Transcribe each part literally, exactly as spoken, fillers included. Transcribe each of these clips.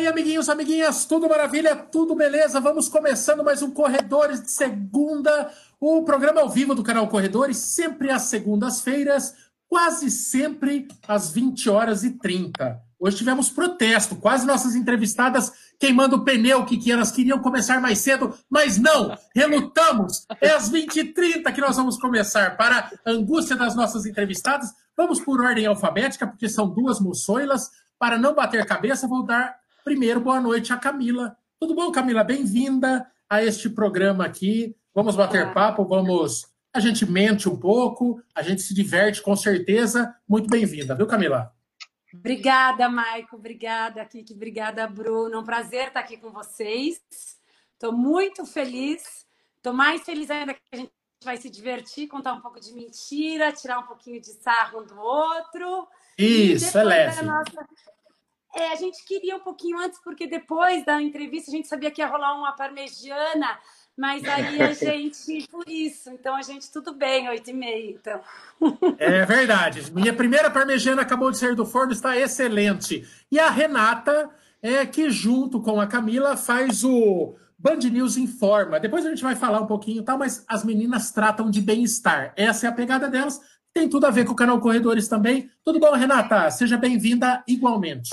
aí, amiguinhos, amiguinhas, tudo maravilha, tudo beleza? Vamos começando mais um Corredores de Segunda, o programa ao vivo do canal Corredores, sempre às segundas-feiras, quase sempre às vinte horas e trinta. Hoje tivemos protesto, quase nossas entrevistadas queimando o pneu, que elas queriam começar mais cedo, mas não, relutamos, é às vinte e trinta que nós vamos começar. Para a angústia das nossas entrevistadas, vamos por ordem alfabética, porque são duas moçoilas. Para não bater cabeça, vou dar primeiro boa noite à Camila. Tudo bom, Camila? Bem-vinda a este programa aqui. Vamos bater papo, vamos... A gente mente um pouco, a gente se diverte, com certeza. Muito bem-vinda, viu, Camila? Obrigada, Maico. Obrigada, Kiki. Obrigada, Bruno. É um prazer estar aqui com vocês. Estou muito feliz. Estou mais feliz ainda que a gente vai se divertir, contar um pouco de mentira, tirar um pouquinho de sarro um do outro. Isso, é leve. Nossa... É, a gente queria um pouquinho antes, porque depois da entrevista a gente sabia que ia rolar uma parmegiana, mas aí a gente, por isso, então a gente, tudo bem, oito e meia, então. É verdade. Minha primeira parmegiana acabou de sair do forno, está excelente. E a Renata, é, que junto com a Camila faz o Band News Informa. Depois a gente vai falar um pouquinho, tá? Mas as meninas tratam de bem-estar. Essa é a pegada delas. Tem tudo a ver com o canal Corredores também. Tudo bom, Renata? Seja bem-vinda igualmente.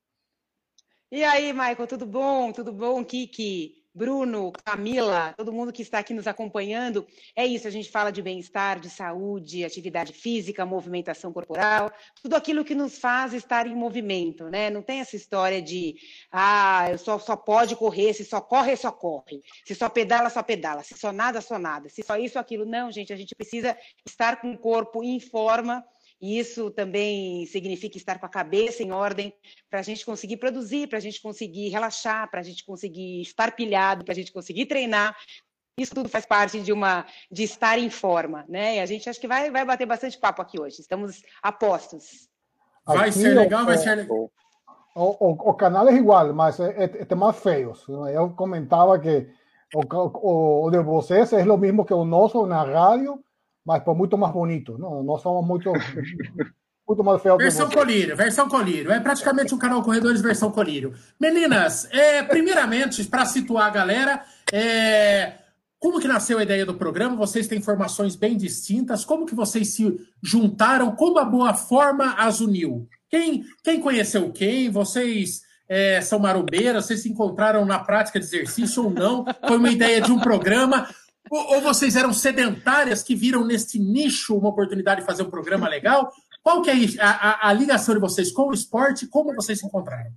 E aí, Michael, tudo bom? Tudo bom, Kiki, Bruno, Camila, todo mundo que está aqui nos acompanhando? É isso, a gente fala de bem-estar, de saúde, atividade física, movimentação corporal, tudo aquilo que nos faz estar em movimento, né? Não tem essa história de, ah, eu só, só pode correr, se só corre, só corre, se só pedala, só pedala, se só nada, só nada, se só isso, aquilo. Não, gente, a gente precisa estar com o corpo em forma. E isso também significa estar com a cabeça em ordem para a gente conseguir produzir, para a gente conseguir relaxar, para a gente conseguir estar pilhado, para a gente conseguir treinar. Isso tudo faz parte de, uma, de estar em forma, né? E a gente acho que vai, vai bater bastante papo aqui hoje. Estamos a postos. Vai Aqui, ser legal, o, vai ser legal. O, o, o canal é igual, mas é, é mais feios. Eu comentava que o, o, o de vocês é o mesmo que o nosso na rádio, mas por muito mais bonito. Não, nós somos muito, muito mais feios. Versão colírio, versão colírio. É praticamente um canal Corredores versão colírio. Meninas, é, primeiramente, para situar a galera, é, como que nasceu a ideia do programa? Vocês têm formações bem distintas. Como que vocês se juntaram? Como a Boa Forma as uniu? Quem, quem conheceu quem? Vocês... É, são marombeiras? Vocês se encontraram na prática de exercício ou não? Foi uma ideia de um programa? Ou, ou vocês eram sedentárias que viram neste nicho uma oportunidade de fazer um programa legal? Qual que é a, a, a ligação de vocês com o esporte? Como vocês se encontraram?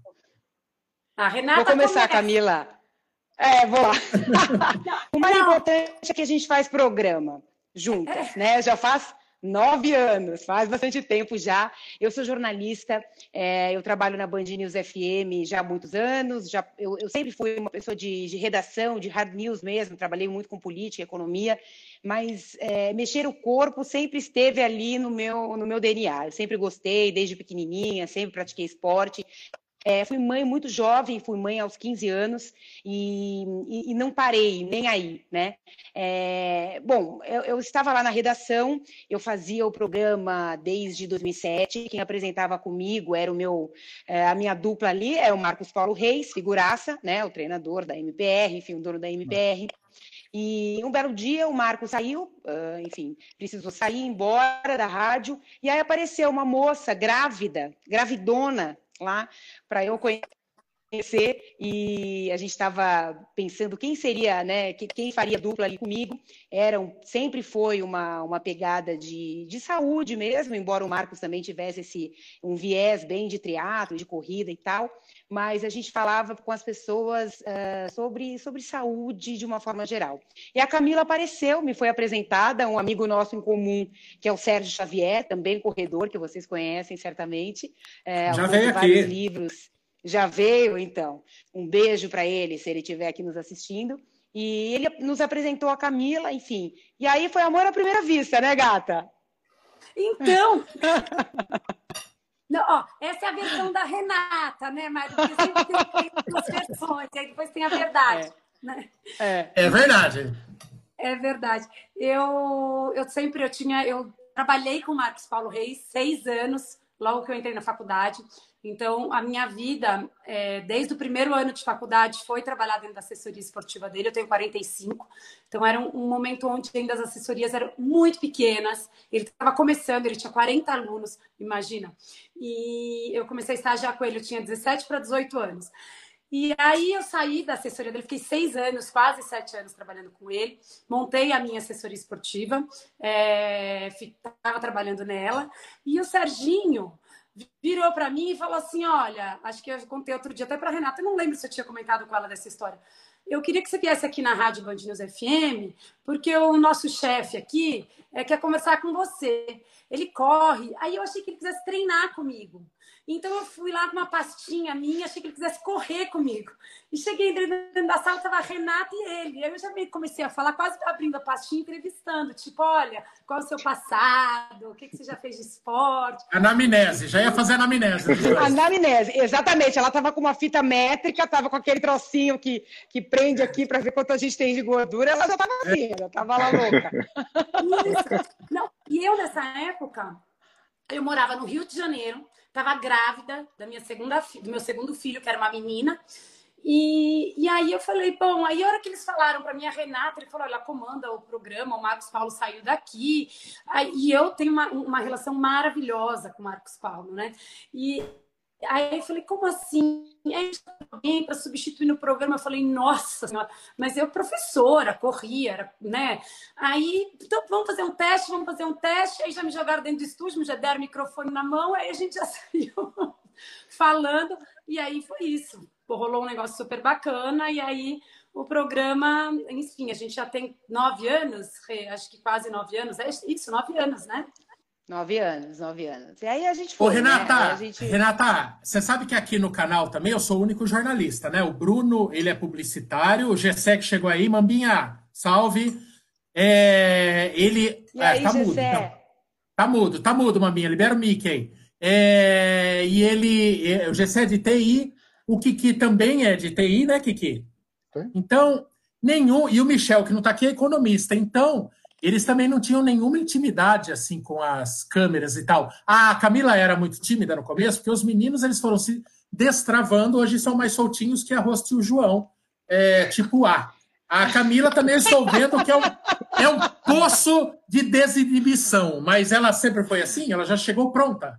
A Renata Vou começar, começa. Camila. É, vou lá. O mais não. importante é que a gente faz programa juntas, é. né? Já faz nove anos, faz bastante tempo já. Eu sou jornalista, é, eu trabalho na Band News F M já há muitos anos, já, eu, eu sempre fui uma pessoa de, de redação, de hard news mesmo, trabalhei muito com política, economia, mas é, mexer o corpo sempre esteve ali no meu, no meu D N A. Eu sempre gostei, desde pequenininha, sempre pratiquei esporte. É, fui mãe muito jovem, fui mãe aos quinze anos e, e, e não parei, nem aí, né? É, bom, eu, eu estava lá na redação, eu fazia o programa desde dois mil e sete, quem apresentava comigo era o meu, é, a minha dupla ali, é o Marcos Paulo Reis, figuraça, né? O treinador da M P R, enfim, o dono da M P R. E um belo dia o Marcos saiu, uh, enfim, precisou sair, embora da rádio, e aí apareceu uma moça grávida, gravidona, lá para eu conhecer, e a gente estava pensando quem seria, né, quem faria dupla ali comigo. Era um, sempre foi uma, uma pegada de, de saúde mesmo, embora o Marcos também tivesse esse, um viés bem de triatlo, de corrida e tal, mas a gente falava com as pessoas uh, sobre, sobre saúde de uma forma geral. E a Camila apareceu, me foi apresentada, um amigo nosso em comum, que é o Sérgio Xavier, também corredor, que vocês conhecem certamente. É, Já veio vários aqui. livros. Já veio, então. Um beijo para ele, se ele estiver aqui nos assistindo. E ele nos apresentou a Camila, enfim. E aí foi amor à primeira vista, né, gata? Então... Não, ó, essa é a versão da Renata, né, Mário? Porque sempre tem duas versões, aí depois tem a verdade. É, né? é. é verdade. É verdade. Eu, eu sempre eu tinha, eu trabalhei com o Marcos Paulo Reis seis anos logo que eu entrei na faculdade. Então, a minha vida, é, desde o primeiro ano de faculdade, foi trabalhar dentro da assessoria esportiva dele. Eu tenho quarenta e cinco. Então, era um, um momento onde ainda as assessorias eram muito pequenas. Ele estava começando, ele tinha quarenta alunos, imagina. E eu comecei a estagiar com ele, eu tinha dezessete para dezoito anos. E aí eu saí da assessoria dele, fiquei seis anos, quase sete anos trabalhando com ele. Montei a minha assessoria esportiva, estava é, trabalhando nela. E o Serginho virou para mim e falou assim, olha, acho que eu contei outro dia até para a Renata, eu não lembro se eu tinha comentado com ela dessa história. Eu queria que você viesse aqui na Rádio Band News F M, porque o nosso chefe aqui é, quer conversar com você. Ele corre. Aí eu achei que ele quisesse treinar comigo. Então eu fui lá com uma pastinha minha, achei que ele quisesse correr comigo. E cheguei dentro da sala, estava a Renata e ele. Aí eu já meio comecei a falar, quase abrindo a pastinha, entrevistando. Tipo, olha, qual é o seu passado? O que, que você já fez de esporte? Anamnese, já ia fazer anamnese. Anamnese, exatamente. Ela estava com uma fita métrica, estava com aquele trocinho que, que prende aqui para ver quanto a gente tem de gordura. Ela já estava assim, ela estava lá louca. Isso. Não, e eu, nessa época, eu morava no Rio de Janeiro, estava grávida da minha segunda, do meu segundo filho, que era uma menina. E, e aí eu falei, bom, aí a hora que eles falaram para mim, a Renata, ele falou, ela comanda o programa, o Marcos Paulo saiu daqui. Aí, e eu tenho uma, uma relação maravilhosa com o Marcos Paulo, né? E aí eu falei, como assim? E aí alguém para substituir no programa, eu falei, nossa senhora, mas eu professora, corria, era, né? Aí, então vamos fazer um teste, vamos fazer um teste. Aí já me jogaram dentro do estúdio, me já deram o microfone na mão, aí a gente já saiu falando, e aí foi isso. Pô, rolou um negócio super bacana, e aí o programa, enfim, a gente já tem nove anos, acho que quase nove anos, é isso, nove anos, né? Nove anos, nove anos. E aí a gente foi, Ô, Renata, né? A gente... Renata, você sabe que aqui no canal também eu sou o único jornalista, né? O Bruno, ele é publicitário, o Gessé que chegou aí, Mambinha, salve. É, ele... E aí, é, tá Gessé? mudo, tá, tá mudo, tá mudo, Mambinha, libera o mic aí. É, e ele, é, o Gessé é de T I, o Kiki também é de T I, né, Kiki? Sim. Então, nenhum... E o Michel, que não tá aqui, é economista. Então... Eles também não tinham nenhuma intimidade assim com as câmeras e tal. A Camila era muito tímida no começo, porque os meninos eles foram se destravando, hoje são mais soltinhos que a Rosta e o João, é, tipo A. A Camila também estou vendo que é um, é um poço de desinibição, mas ela sempre foi assim? Ela já chegou pronta?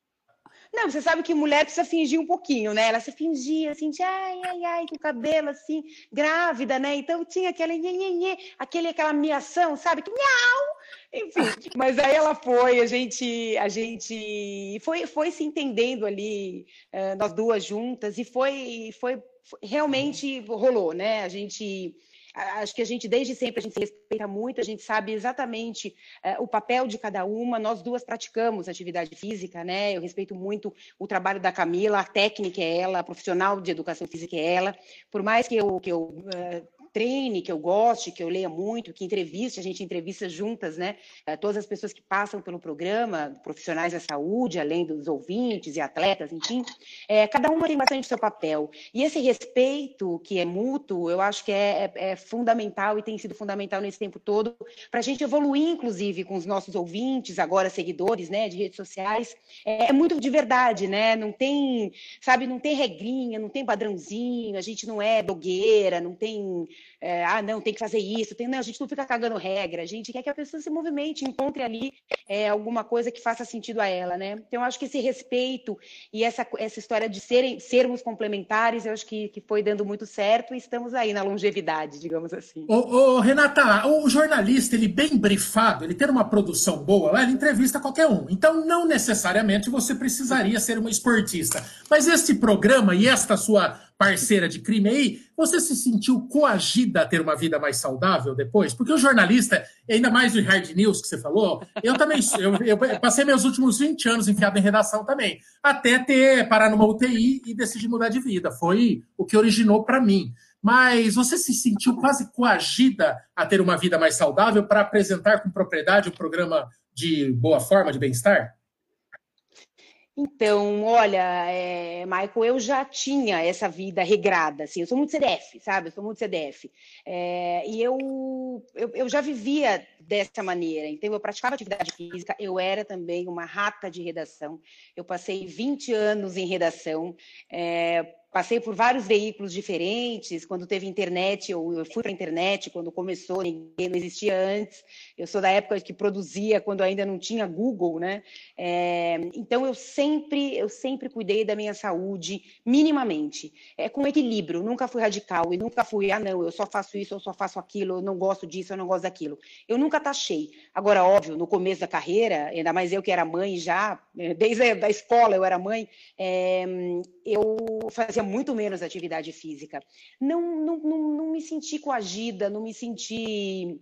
Não, você sabe que mulher precisa fingir um pouquinho, né? Ela se fingia assim, de ai, ai, ai, com o cabelo assim, grávida, né? Então tinha aquela nhê, nhê, nhê, aquele, aquela miação, sabe? Que miau! Enfim, mas aí ela foi, a gente, a gente foi, foi se entendendo ali, uh, nós duas juntas, e foi, foi, foi realmente rolou, né? A gente... Acho que a gente, desde sempre, a gente se respeita muito, a gente sabe exatamente uh, o papel de cada uma. Nós duas praticamos atividade física, né? Eu respeito muito o trabalho da Camila, a técnica é ela, a profissional de educação física é ela. Por mais que eu, que eu uh, treine, que eu goste, que eu leia muito, que entreviste, a gente entrevista juntas, né? Uh, todas as pessoas que passam pelo programa, profissionais da saúde, além dos ouvintes e atletas, enfim, é, cada uma tem bastante seu papel. E esse respeito que é mútuo, eu acho que é, é, é fundamental e tem sido fundamental nesse tempo todo para a gente evoluir, inclusive, com os nossos ouvintes, agora seguidores, né, de redes sociais. É, é muito de verdade, né? Não tem, sabe, não tem regrinha, não tem padrãozinho, a gente não é blogueira, não tem, é, ah, não, tem que fazer isso, tem, não, a gente não fica cagando regra, a gente quer que a pessoa se movimente, encontre ali é, alguma coisa que faça sentido a ela, né? Então, eu acho que esse respeito e essa, essa história de serem, sermos complementares, eu acho que, que foi dando muito certo e estamos aí na longevidade, digamos assim. Ô, ô, Renata, o jornalista, ele bem brifado, ele ter uma produção boa lá, ele entrevista qualquer um. Então, não necessariamente você precisaria ser uma esportista. Mas este programa e esta sua parceira de crime aí, você se sentiu coagida a ter uma vida mais saudável depois? Porque o jornalista, ainda mais do hard news que você falou, eu também eu, eu passei meus últimos vinte anos enfiado em redação também, até ter parar numa U T I e decidir mudar de vida. Foi o que originou para mim. Mas você se sentiu quase coagida a ter uma vida mais saudável para apresentar com propriedade um programa de boa forma, de bem-estar? Então, olha, é, Michael, eu já tinha essa vida regrada, assim, eu sou muito C D F, sabe? Eu sou muito C D F. É, e eu, eu, eu já vivia dessa maneira. Então, eu praticava atividade física, eu era também uma rata de redação. Eu passei vinte anos em redação, é, passei por vários veículos diferentes. Quando teve internet, eu, eu fui para a internet, quando começou, ninguém não existia antes. Eu sou da época que produzia quando ainda não tinha Google, né? É, então, eu sempre, eu sempre cuidei da minha saúde, minimamente. É, com equilíbrio, nunca fui radical e nunca fui, ah, não, eu só faço isso, eu só faço aquilo, eu não gosto disso, eu não gosto daquilo. Eu nunca taxei. Agora, óbvio, no começo da carreira, ainda mais eu que era mãe já, desde a da escola eu era mãe, é, eu fazia muito menos atividade física. Não, não, não, não me senti coagida, não me senti,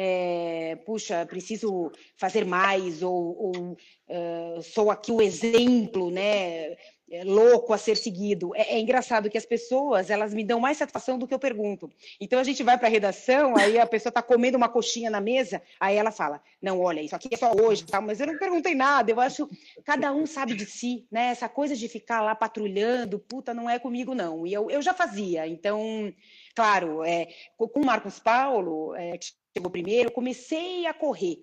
é, puxa, preciso fazer mais, ou, ou uh, sou aqui o exemplo, né? É louco a ser seguido. É, é engraçado que as pessoas, elas me dão mais satisfação do que eu pergunto. Então, a gente vai para a redação, aí a pessoa está comendo uma coxinha na mesa, aí ela fala, não, olha, isso aqui é só hoje, tá? Mas eu não perguntei nada. Eu acho, cada um sabe de si, né? Essa coisa de ficar lá patrulhando, puta, não é comigo, não. E eu, eu já fazia. Então, claro, é, com o Marcos Paulo, é, que chegou primeiro, eu comecei a correr.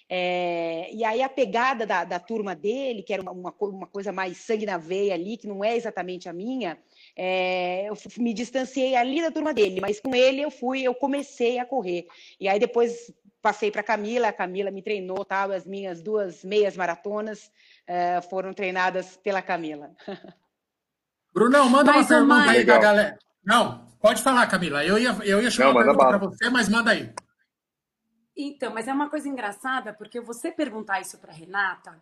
É, e aí a pegada da, da turma dele, que era uma, uma, uma coisa mais sangue na veia ali, que não é exatamente a minha, é, eu me distanciei ali da turma dele, mas com ele eu fui, eu comecei a correr. E aí depois passei para a Camila, a Camila me treinou, tal, as minhas duas meias maratonas é, foram treinadas pela Camila. Brunão, manda Mas, uma pergunta Mike... aí da galera. Não, pode falar, Camila. Eu ia, eu ia chamar não, uma pergunta para você, mas manda aí. Então, mas é uma coisa engraçada, porque você perguntar isso para Renata,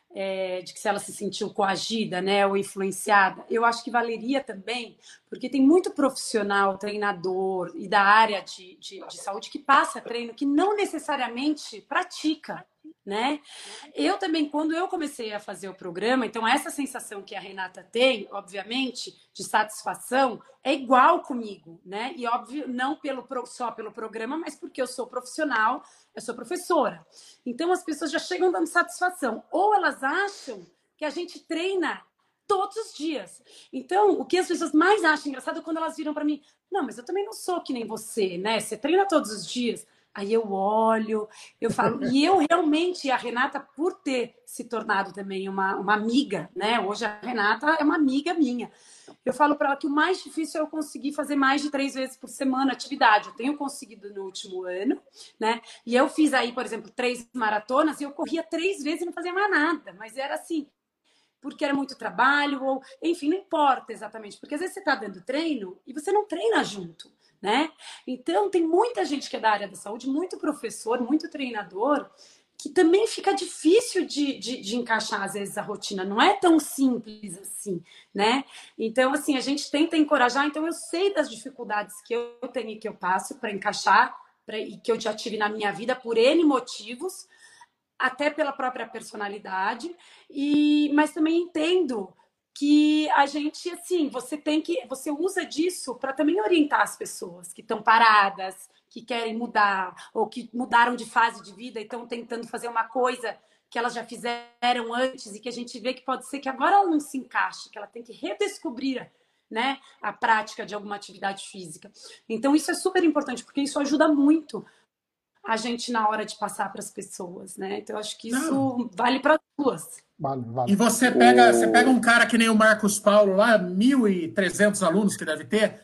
é, de que se ela se sentiu coagida, né, ou influenciada, eu acho que valeria também, porque tem muito profissional, treinador e da área de, de, de saúde que passa treino que não necessariamente pratica, né? Eu também, quando eu comecei a fazer o programa, então essa sensação que a Renata tem, obviamente, de satisfação, é igual comigo, né? E óbvio, não pelo, só pelo programa, mas porque eu sou profissional, eu sou professora. Então as pessoas já chegam dando satisfação. Ou elas acham que a gente treina todos os dias. Então, o que as pessoas mais acham engraçado é quando elas viram para mim, não, mas eu também não sou que nem você, né? Você treina todos os dias. Aí eu olho, eu falo, e eu realmente, a Renata, por ter se tornado também uma, uma amiga, né? Hoje a Renata é uma amiga minha. Eu falo para ela que o mais difícil é eu conseguir fazer mais de três vezes por semana atividade. Eu tenho conseguido no último ano, né? E eu fiz aí, por exemplo, três maratonas e eu corria três vezes e não fazia mais nada. Mas era assim, porque era muito trabalho, ou enfim, não importa exatamente. Porque às vezes você está dando treino e você não treina junto. Né? Então, tem muita gente que é da área da saúde, muito professor, muito treinador, que também fica difícil de, de, de encaixar, às vezes, a rotina. Não é tão simples assim, né? Então, assim, a gente tenta encorajar. Então, eu sei das dificuldades que eu tenho e que eu passo para encaixar pra, e que eu já tive na minha vida por N motivos, até pela própria personalidade, e, mas também entendo que a gente, assim, você tem que, você usa disso para também orientar as pessoas que estão paradas, que querem mudar, ou que mudaram de fase de vida e estão tentando fazer uma coisa que elas já fizeram antes e que a gente vê que pode ser que agora ela não se encaixe, que ela tem que redescobrir, né, a prática de alguma atividade física. Então, isso é super importante, porque isso ajuda muito a gente na hora de passar para as pessoas, né? Então, eu acho que isso não. vale para as duas. Vale, vale. E você pega, o... você pega um cara que nem o Marcos Paulo lá, mil e trezentos alunos que deve ter,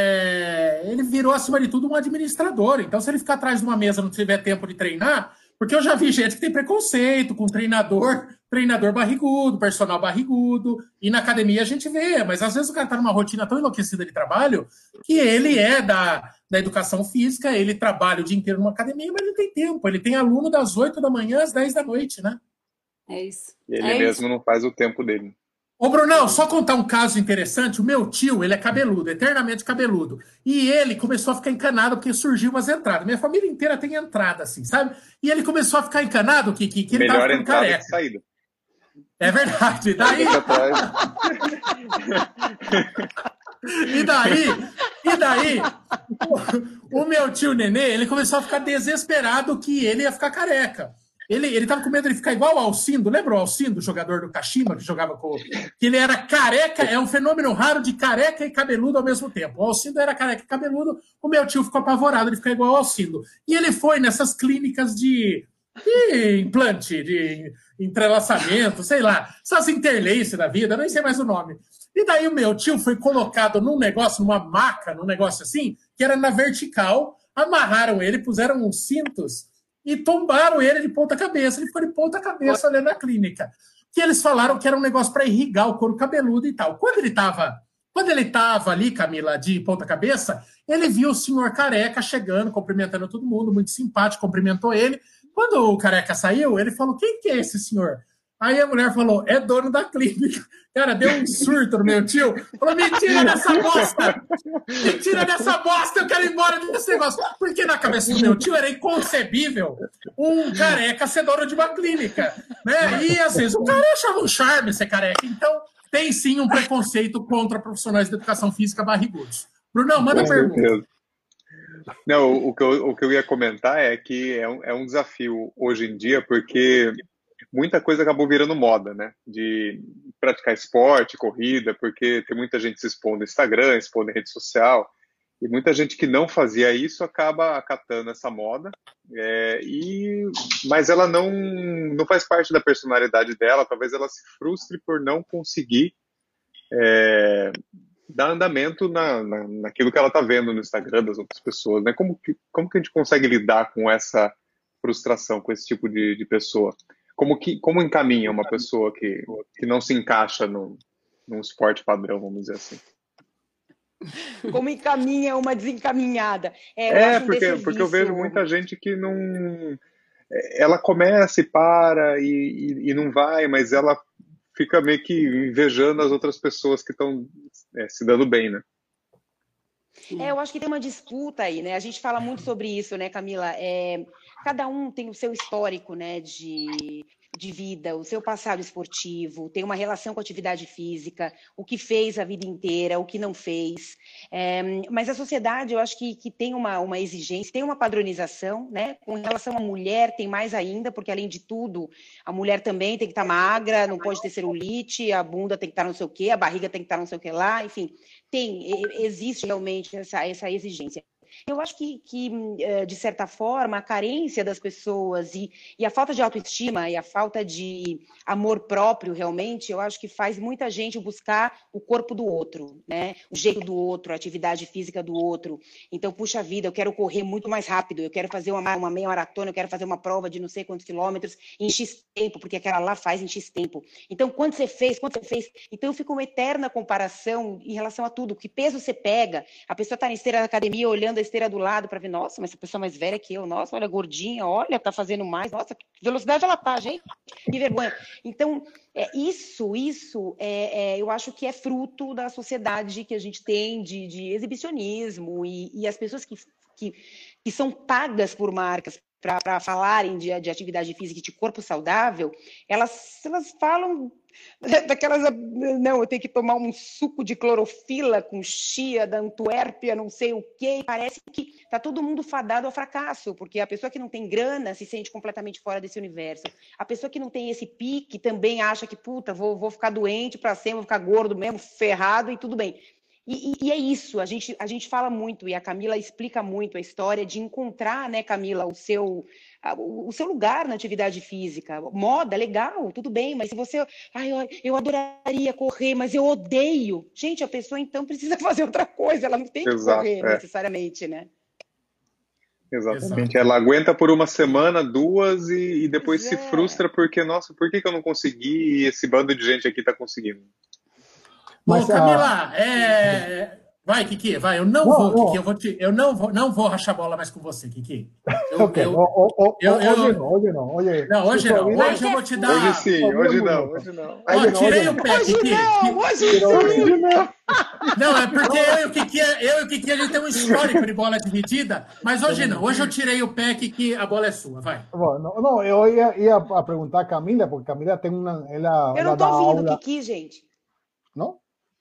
é... ele virou, acima de tudo, um administrador. Então, se ele ficar atrás de uma mesa e não tiver tempo de treinar, porque eu já vi gente que tem preconceito com treinador, treinador barrigudo, personal barrigudo, e na academia a gente vê, mas às vezes o cara tá numa rotina tão enlouquecida de trabalho que ele é da, da educação física, ele trabalha o dia inteiro numa academia, mas ele não tem tempo, ele tem aluno das oito da manhã às dez da noite, né? É isso. E ele é mesmo isso. não faz o tempo dele. Ô, Brunão, só contar um caso interessante. O meu tio, ele é cabeludo, eternamente cabeludo. E ele começou a ficar encanado porque surgiu umas entradas. Minha família inteira tem entrada, assim, sabe? E ele começou a ficar encanado que, que, que ele Melhor tava ficando entrada careca. que saída. É verdade. Daí... e daí, e daí, o, o meu tio Nenê, ele começou a ficar desesperado que ele ia ficar careca. Ele, ele tava com medo de ficar igual o Alcindo. Lembra o Alcindo, jogador do Kashima, que jogava com... Que ele era careca, é um fenômeno raro de careca e cabeludo ao mesmo tempo. O Alcindo era careca e cabeludo, o meu tio ficou apavorado de ficar igual o Alcindo. E ele foi nessas clínicas de, de implante, de entrelaçamento, sei lá, essas interlace da vida, nem sei mais o nome. E daí o meu tio foi colocado num negócio, numa maca, num negócio assim, que era na vertical, amarraram ele, puseram uns cintos e tombaram ele de ponta cabeça. Ele ficou de ponta cabeça ali na clínica. Que eles falaram que era um negócio para irrigar o couro cabeludo e tal. Quando ele estava quando ele tava ali, Camila, de ponta cabeça, ele viu o senhor careca chegando, cumprimentando todo mundo, muito simpático, cumprimentou ele. Quando o careca saiu, ele falou, quem que é esse senhor? Aí a mulher falou, é dono da clínica. Cara, deu um surto no meu tio. Falou, me tira dessa bosta! Me tira dessa bosta, eu quero ir embora desse negócio. Porque na cabeça do meu tio era inconcebível um careca ser dono de uma clínica. Né? E às vezes o cara achava um charme ser careca. Então, tem sim um preconceito contra profissionais de educação física barrigudos. Brunão, manda a pergunta. Não, o que, eu, o que eu ia comentar é que é um, é um desafio hoje em dia, porque muita coisa acabou virando moda, né? De praticar esporte, corrida, porque tem muita gente se expondo no Instagram, expondo em rede social, e muita gente que não fazia isso acaba acatando essa moda, é, e, mas ela não, não faz parte da personalidade dela, talvez ela se frustre por não conseguir é, dar andamento na, na, naquilo que ela está vendo no Instagram das outras pessoas, né? Como que, como que a gente consegue lidar com essa frustração, com esse tipo de, de pessoa? Como, que, como encaminha uma pessoa que, que não se encaixa no, num esporte padrão, vamos dizer assim? Como encaminha uma desencaminhada. É, eu é acho um porque, desserviço. porque eu vejo muita gente que não... Ela começa e para e, e, e não vai, mas ela fica meio que invejando as outras pessoas que estão é, se dando bem, né? É, eu acho que tem uma disputa aí, né? A gente fala muito sobre isso, né, Camila? É, cada um tem o seu histórico, né, de, de vida, o seu passado esportivo, tem uma relação com a atividade física, o que fez a vida inteira, o que não fez. É, mas a sociedade, eu acho que, que tem uma, uma exigência, tem uma padronização, né? Com relação à mulher, tem mais ainda, porque além de tudo, a mulher também tem que estar magra, não pode ter celulite, a bunda tem que estar não sei o quê, a barriga tem que estar não sei o que lá, enfim. Tem, existe realmente essa, essa exigência. Eu acho que, que, de certa forma, a carência das pessoas e, e a falta de autoestima e a falta de amor próprio, realmente, eu acho que faz muita gente buscar o corpo do outro, né? O jeito do outro, a atividade física do outro. Então, puxa vida, eu quero correr muito mais rápido, eu quero fazer uma, uma meia maratona, eu quero fazer uma prova de não sei quantos quilômetros em X tempo, porque aquela lá faz em X tempo. Então, quanto você fez, quanto você fez? Então, fica uma eterna comparação em relação a tudo. Que peso você pega? A pessoa está na esteira da academia olhando a esteira do lado para ver, nossa, mas essa pessoa mais velha que eu, nossa, olha, gordinha, olha, tá fazendo mais, nossa, que velocidade ela tá, gente, que vergonha. Então, é, isso, isso, é, é, eu acho que é fruto da sociedade que a gente tem de, de exibicionismo e, e as pessoas que, que, que são pagas por marcas para falarem de, de atividade física e de corpo saudável, elas, elas falam daquelas, não, eu tenho que tomar um suco de clorofila com chia da Antuérpia, não sei o quê, e parece que está todo mundo fadado ao fracasso, porque a pessoa que não tem grana se sente completamente fora desse universo. A pessoa que não tem esse pique também acha que, puta, vou, vou ficar doente para sempre, vou ficar gordo mesmo, ferrado e tudo bem. E, e, e é isso, a gente, a gente fala muito, e a Camila explica muito a história de encontrar, né, Camila, o seu, o seu lugar na atividade física. Moda, legal, tudo bem, mas se você... Ai, eu, eu adoraria correr, mas eu odeio. Gente, a pessoa então precisa fazer outra coisa, ela não tem que Exato, correr é. necessariamente, né? Exatamente. Exato. Ela aguenta por uma semana, duas, e, e depois Pois se é. frustra porque, nossa, por que, que eu não consegui e esse bando de gente aqui está conseguindo? Mas, Ô, Camila, a... é... vai, Kiki, vai. Eu não, não vou, não. Kiki, eu, vou te... eu não, vou, não vou rachar bola mais com você, Kiki. Eu, okay. eu... o, o, eu, eu... Hoje não, hoje não. Hoje, não, hoje não. Hoje eu vou te dar... Hoje sim, hoje não, hoje não. Ó, tirei o pé, Hoje Kiki. não, hoje não. Não, é porque eu e o Kiki, eu e o Kiki, a gente tem um histórico de bola dividida, mas hoje não. Hoje eu tirei o pé, Kiki, a bola é sua, vai. Bom, não, não, eu ia, ia a perguntar a Camila, porque Camila tem uma... Ela, eu não tô ouvindo o Kiki, gente. Não?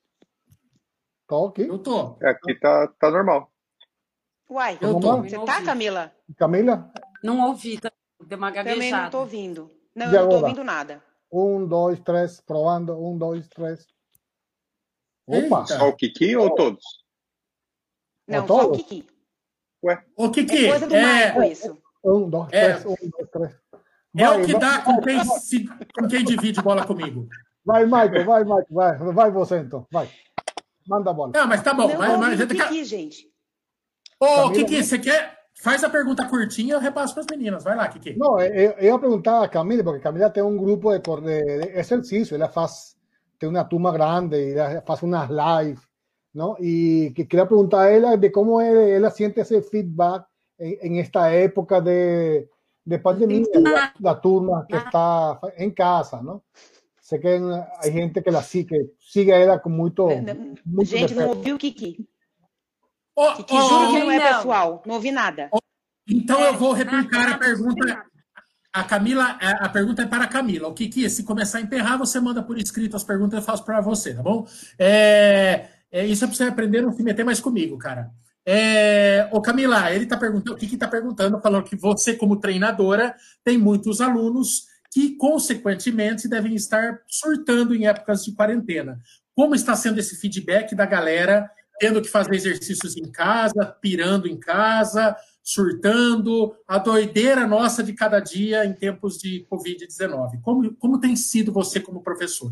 Tô aqui? Eu tô. Aqui tá, tá normal. Uai, eu tô. Você tá, Camila? Camila? Não ouvi. Tá? deu uma Também não gaguejada. estou ouvindo. Não, E eu não estou agora? ouvindo nada. Um, dois, três, provando. Um, dois, três. Opa! Eita. Só o Kiki ou todos? Não, Ó, só o todos? Kiki. Ô, Kiki, É coisa do é, Maico isso. Um, dois, É. três. Um, dois, três. é Vai, o que vai, dá com quem, se- com quem divide bola comigo. vai, Michael, vai, Michael, vai. Vai você então. Vai. Manda a bola. Não, mas tá bom. Não Mas, estou mas, ouvindo o tem que- Kiki, gente. Ô, Camila, Kiki, né? você quer... Faz a pergunta curtinha, eu repasso para as meninas. Vai lá, Kiki. No, eu, eu ia perguntar a Camila, porque Camila tem um grupo de, cor- de, de exercício, ela faz, tem uma turma grande, ela faz umas lives, não? E que queria perguntar a ela de como ela, ela siente esse feedback em, em esta época de, de pandemia, da, da turma que está em casa, não? Sei que hay gente que, la, sigue, que sigue a ela com muito, muito Gente, de não perto. ouvi o Kiki. Ô, Kiki, ô, juro que não é não. pessoal. Não ouvi nada. Então É, eu vou replicar nada, a pergunta. A Camila, a a pergunta é para a Camila. O Kiki, se começar a emperrar, você manda por escrito as perguntas, eu faço para você, tá bom? É, é, isso é para você aprender, não se meter mais comigo, cara. É, ô Camila, ele tá perguntando, o Kiki está perguntando, falando que você, como treinadora, tem muitos alunos que, consequentemente, devem estar surtando em épocas de quarentena. Como está sendo esse feedback da galera tendo que fazer exercícios em casa, pirando em casa, surtando, a doideira nossa de cada dia em tempos de covid dezenove. Como, como tem sido você como professor?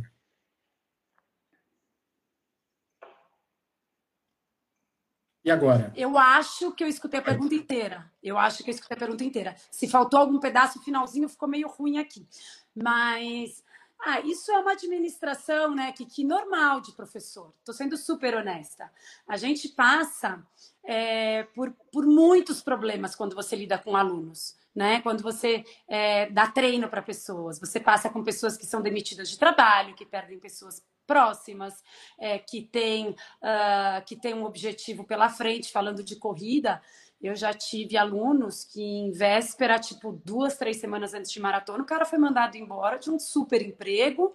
E agora? Eu acho que eu escutei a pergunta inteira. Eu acho que eu escutei a pergunta inteira. Se faltou algum pedaço, o finalzinho ficou meio ruim aqui. Mas ah, isso é uma administração, né, que, que normal de professor. Estou sendo super honesta. A gente passa é, por, por muitos problemas quando você lida com alunos. Né? Quando você é, dá treino para pessoas, você passa com pessoas que são demitidas de trabalho, que perdem pessoas próximas, é, que tem uh, que tem um objetivo pela frente. Falando de corrida, eu já tive alunos que em véspera, tipo duas, três semanas antes de maratona, o cara foi mandado embora de um super emprego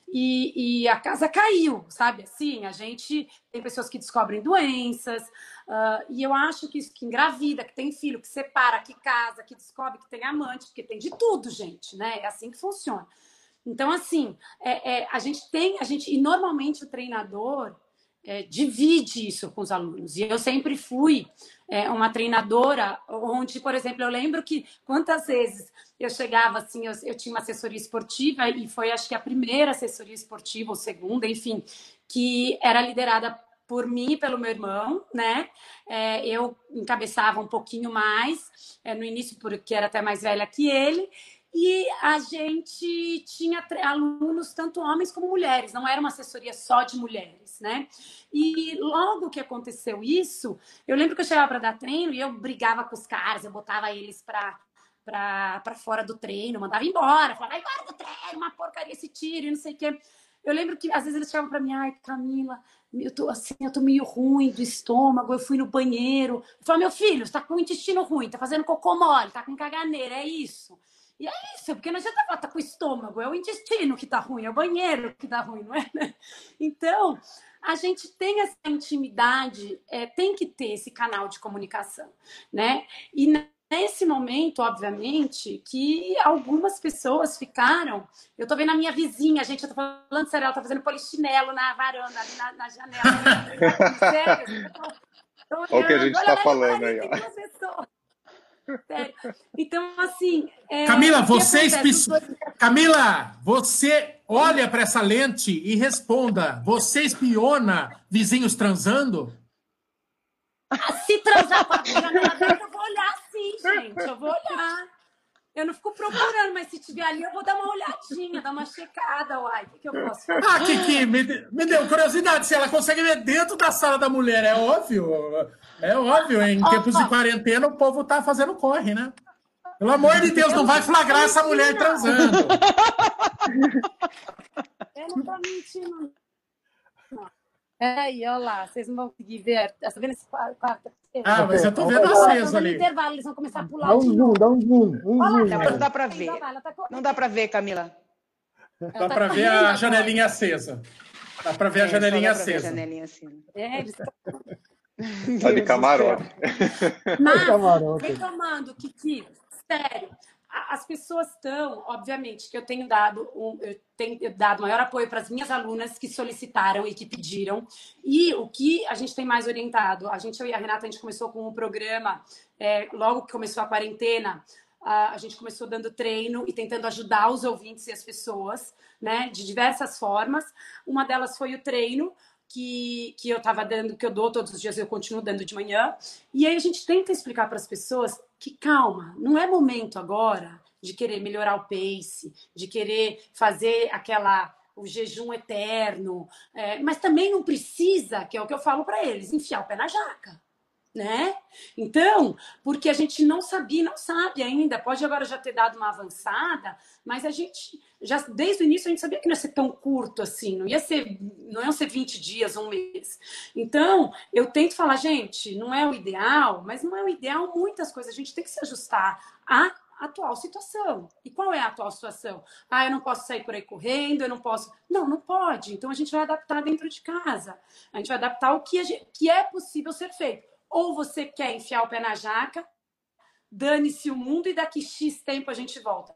e, e a casa caiu, sabe? Assim, a gente tem pessoas que descobrem doenças, uh, e eu acho que isso que engravida, que tem filho, que separa, que casa, que descobre que tem amante, porque tem de tudo, gente, né? É assim que funciona. Então, assim, é, é, a gente tem, a gente, e normalmente o treinador é, divide isso com os alunos. E eu sempre fui é, uma treinadora onde, por exemplo, eu lembro que quantas vezes eu chegava assim, eu, eu tinha uma assessoria esportiva e foi, acho que a primeira assessoria esportiva, ou segunda, enfim, que era liderada por mim e pelo meu irmão, né? É, eu encabeçava um pouquinho mais, é, no início, porque era até mais velha que ele. E a gente tinha alunos, tanto homens como mulheres, não era uma assessoria só de mulheres, né? E logo que aconteceu isso, eu lembro que eu chegava para dar treino e eu brigava com os caras, eu botava eles para para fora do treino, mandava embora, falava, vai embora do treino, uma porcaria esse tiro e não sei o quê. Eu lembro que às vezes eles chegavam para mim, ai, Camila, eu tô assim, eu tô meio ruim do estômago, eu fui no banheiro. Eu falava, meu filho, você tá com o intestino ruim, tá fazendo cocô mole, tá com caganeira, é isso. E é isso, porque não adianta falar, tá com o estômago, é o intestino que tá ruim, é o banheiro que tá ruim, não é? Então, a gente tem essa intimidade, é, tem que ter esse canal de comunicação, né? E nesse momento, obviamente, que algumas pessoas ficaram... Eu tô vendo a minha vizinha, gente, eu tô falando sério, ela tá fazendo polichinelo na varanda, ali na, na janela. Sério, tô olhando, olha o que a gente olha tá lá, falando Maria, aí, ó. tem duas pessoas. Sério. Então, assim... É, Camila, o que você acontece? espi... Camila, você olha para essa lente e responda. Você espiona vizinhos transando? Se transar com a janela aberta, eu vou olhar sim, gente. Eu vou olhar. Eu não fico procurando, mas se tiver ali, eu vou dar uma olhadinha, dar uma checada, uai. O que, que eu posso fazer? Ah, Kiki, me, me deu curiosidade. Se ela consegue ver dentro da sala da mulher, é óbvio. É óbvio. Em Ó, tempos ó. de quarentena, o povo tá fazendo corre, né? Pelo amor de Deus, Eu não vai não tô flagrar essa mentindo, mulher não. transando. Eu não tô mentindo, não. É aí, olha lá. Vocês não vão conseguir ver. Tá vendo esse quarto? Ah, mas eu tô vendo Estão aceso dando ali. intervalo, eles vão começar a pular Dá um de zoom, novo. dá um zoom, um Olha lá, zoom. Não, mas não dá para ver. Ela tá correndo. Não dá para ver, Camila. Dá para ver a janelinha acesa. Dá para ver a É, janelinha só dá pra ver a acesa. janelinha assim. É, eles Tá de camarote. Mas, Camarote. reclamando, Kiki, sério, as pessoas estão, obviamente, que eu tenho dado um, eu tenho dado maior apoio para as minhas alunas que solicitaram e que pediram. E o que a gente tem mais orientado? A gente, eu e a Renata, a gente começou com um programa, é, logo que começou a quarentena, a, a gente começou dando treino e tentando ajudar os ouvintes e as pessoas, né, de diversas formas. Uma delas foi o treino, que, que eu estava dando, que eu dou todos os dias, eu continuo dando de manhã. E aí a gente tenta explicar para as pessoas que, calma, não é momento agora de querer melhorar o pace, de querer fazer aquela, o jejum eterno, é, mas também não precisa, que é o que eu falo para eles, enfiar o pé na jaca, né? Então, porque a gente não sabia, não sabe ainda, pode agora já ter dado uma avançada, mas a gente, já desde o início, a gente sabia que não ia ser tão curto assim, não ia ser, não iam ser vinte dias, um mês. Então, eu tento falar, gente, não é o ideal, mas não é o ideal muitas coisas, a gente tem que se ajustar à atual situação. E qual é a atual situação? Ah, eu não posso sair por aí correndo, eu não posso... Não, não pode. Então, a gente vai adaptar dentro de casa. A gente vai adaptar o que, a gente, que é possível ser feito. Ou você quer enfiar o pé na jaca, dane-se o mundo e daqui X tempo a gente volta.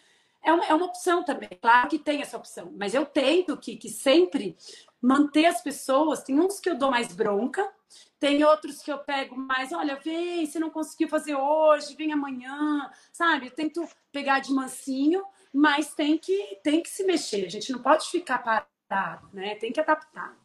É uma, é uma opção também, claro que tem essa opção. Mas eu tento que, que sempre manter as pessoas... Tem uns que eu dou mais bronca, tem outros que eu pego mais... Olha, vem, você não conseguiu fazer hoje, vem amanhã, sabe? Eu tento pegar de mansinho, mas tem que, tem que se mexer. A gente não pode ficar parado, né? Tem que adaptar.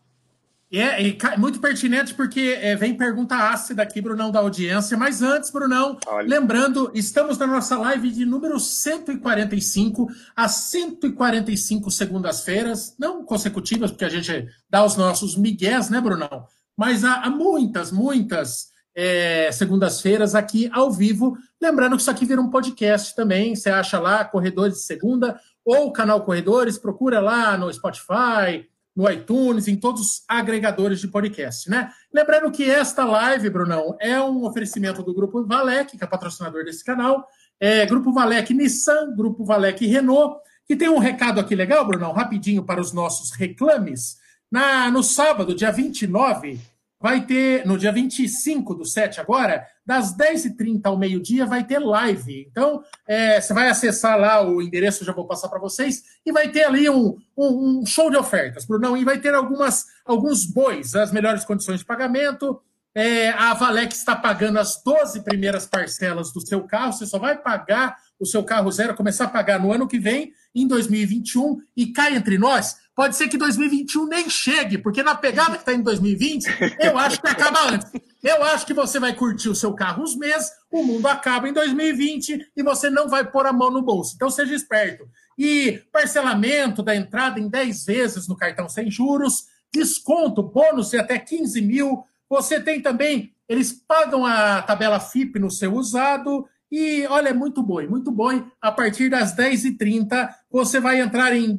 É, e muito pertinente, porque é, vem pergunta ácida aqui, Brunão, da audiência. Mas antes, Brunão, Olha. lembrando, estamos na nossa live de número cento e quarenta e cinco, às cento e quarenta e cinco segundas-feiras, não consecutivas, porque a gente dá os nossos migués, né, Brunão? Mas há, há muitas, muitas é, segundas-feiras aqui ao vivo. Lembrando que isso aqui vira um podcast também. Você acha lá, Corredores de Segunda, ou o canal Corredores, procura lá no Spotify, no iTunes, em todos os agregadores de podcast, né? Lembrando que esta live, Brunão, é um oferecimento do Grupo Valec, que é patrocinador desse canal, é Grupo Valec Nissan, Grupo Valec Renault, que tem um recado aqui legal, Brunão, rapidinho para os nossos reclames. Na, no sábado, dia vinte e nove, vai ter, no dia vinte e cinco do sete agora, das dez e trinta ao meio-dia, vai ter live. Então, é, você vai acessar lá o endereço, já vou passar para vocês, e vai ter ali um, um, um show de ofertas, Brunão, e vai ter algumas, alguns bois, as melhores condições de pagamento. É, a Valec está pagando as doze primeiras parcelas do seu carro, você só vai pagar o seu carro zero, começar a pagar no ano que vem, em dois mil e vinte e um, e cá entre nós, pode ser que dois mil e vinte e um nem chegue, porque na pegada que está em dois mil e vinte, eu acho que acaba antes. Eu acho que você vai curtir o seu carro uns meses, o mundo acaba em dois mil e vinte e você não vai pôr a mão no bolso. Então seja esperto. E parcelamento da entrada em dez vezes no cartão sem juros, desconto, bônus de até quinze mil. Você tem também, eles pagam a tabela F I P no seu usado. E, olha, é muito bom, muito bom. A partir das dez e trinta, você vai entrar em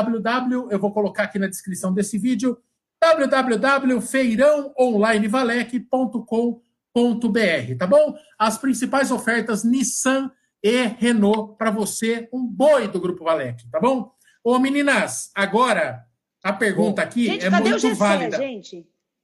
www, eu vou colocar aqui na descrição desse vídeo, w w w ponto feirão online valec ponto com ponto b r, tá bom? As principais ofertas Nissan e Renault para você, um boi do Grupo Valec, tá bom? Ô, meninas, agora a pergunta aqui gente, é cadê muito o Gessé, válida. Gente?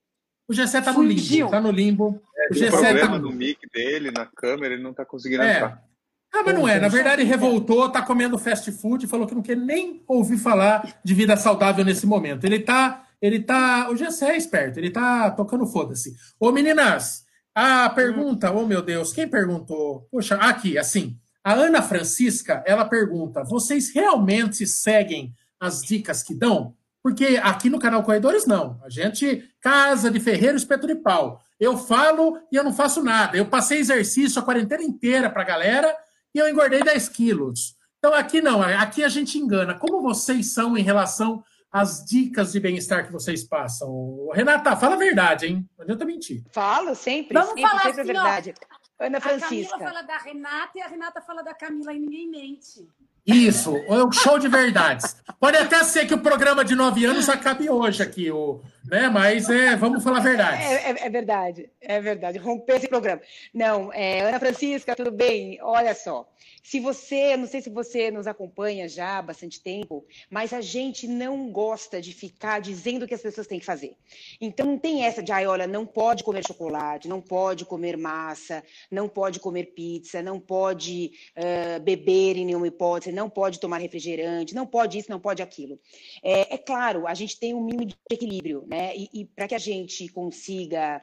O Gessé tá no limbo, tá no limbo. É, o Gessé problema tá no mic dele, na câmera, ele não tá conseguindo é. entrar. Ah, mas não é. Na verdade, revoltou, tá comendo fast food, falou que não quer nem ouvir falar de vida saudável nesse momento. Ele tá, ele tá, o Gessé é esperto, ele tá tocando foda-se. Ô, meninas, a pergunta, oh meu Deus, quem perguntou? Poxa, aqui, assim, a Ana Francisca, ela pergunta, vocês realmente seguem as dicas que dão? Porque aqui no canal Corredores, não. A gente, casa de ferreiro, espeto de pau. Eu falo e eu não faço nada. Eu passei exercício a quarentena inteira pra galera e eu engordei dez quilos. Então aqui não, aqui a gente engana. Como vocês são em relação às dicas de bem-estar que vocês passam? Renata, fala a verdade, hein? Não adianta mentir. Falo sempre, Vamos sempre, falar sempre assim, a verdade. Ó, Ana a Francisca. Camila fala da Renata e a Renata fala da Camila e ninguém mente. Isso, é um show de verdades. Pode até ser que o programa de nove anos acabe hoje aqui, o, né? Mas é, vamos falar verdades. É, é, é verdade, é verdade. Romper esse programa. Não, é, Ana Francisca, tudo bem? Olha só. Se você, não sei se você nos acompanha já há bastante tempo, mas a gente não gosta de ficar dizendo o que as pessoas têm que fazer. Então não tem essa de, ai, olha, não pode comer chocolate, não pode comer massa, não pode comer pizza, não pode uh, beber em nenhuma hipótese, não pode tomar refrigerante, não pode isso, não pode aquilo. É, é claro, a gente tem um mínimo de equilíbrio, né? E, e para que a gente consiga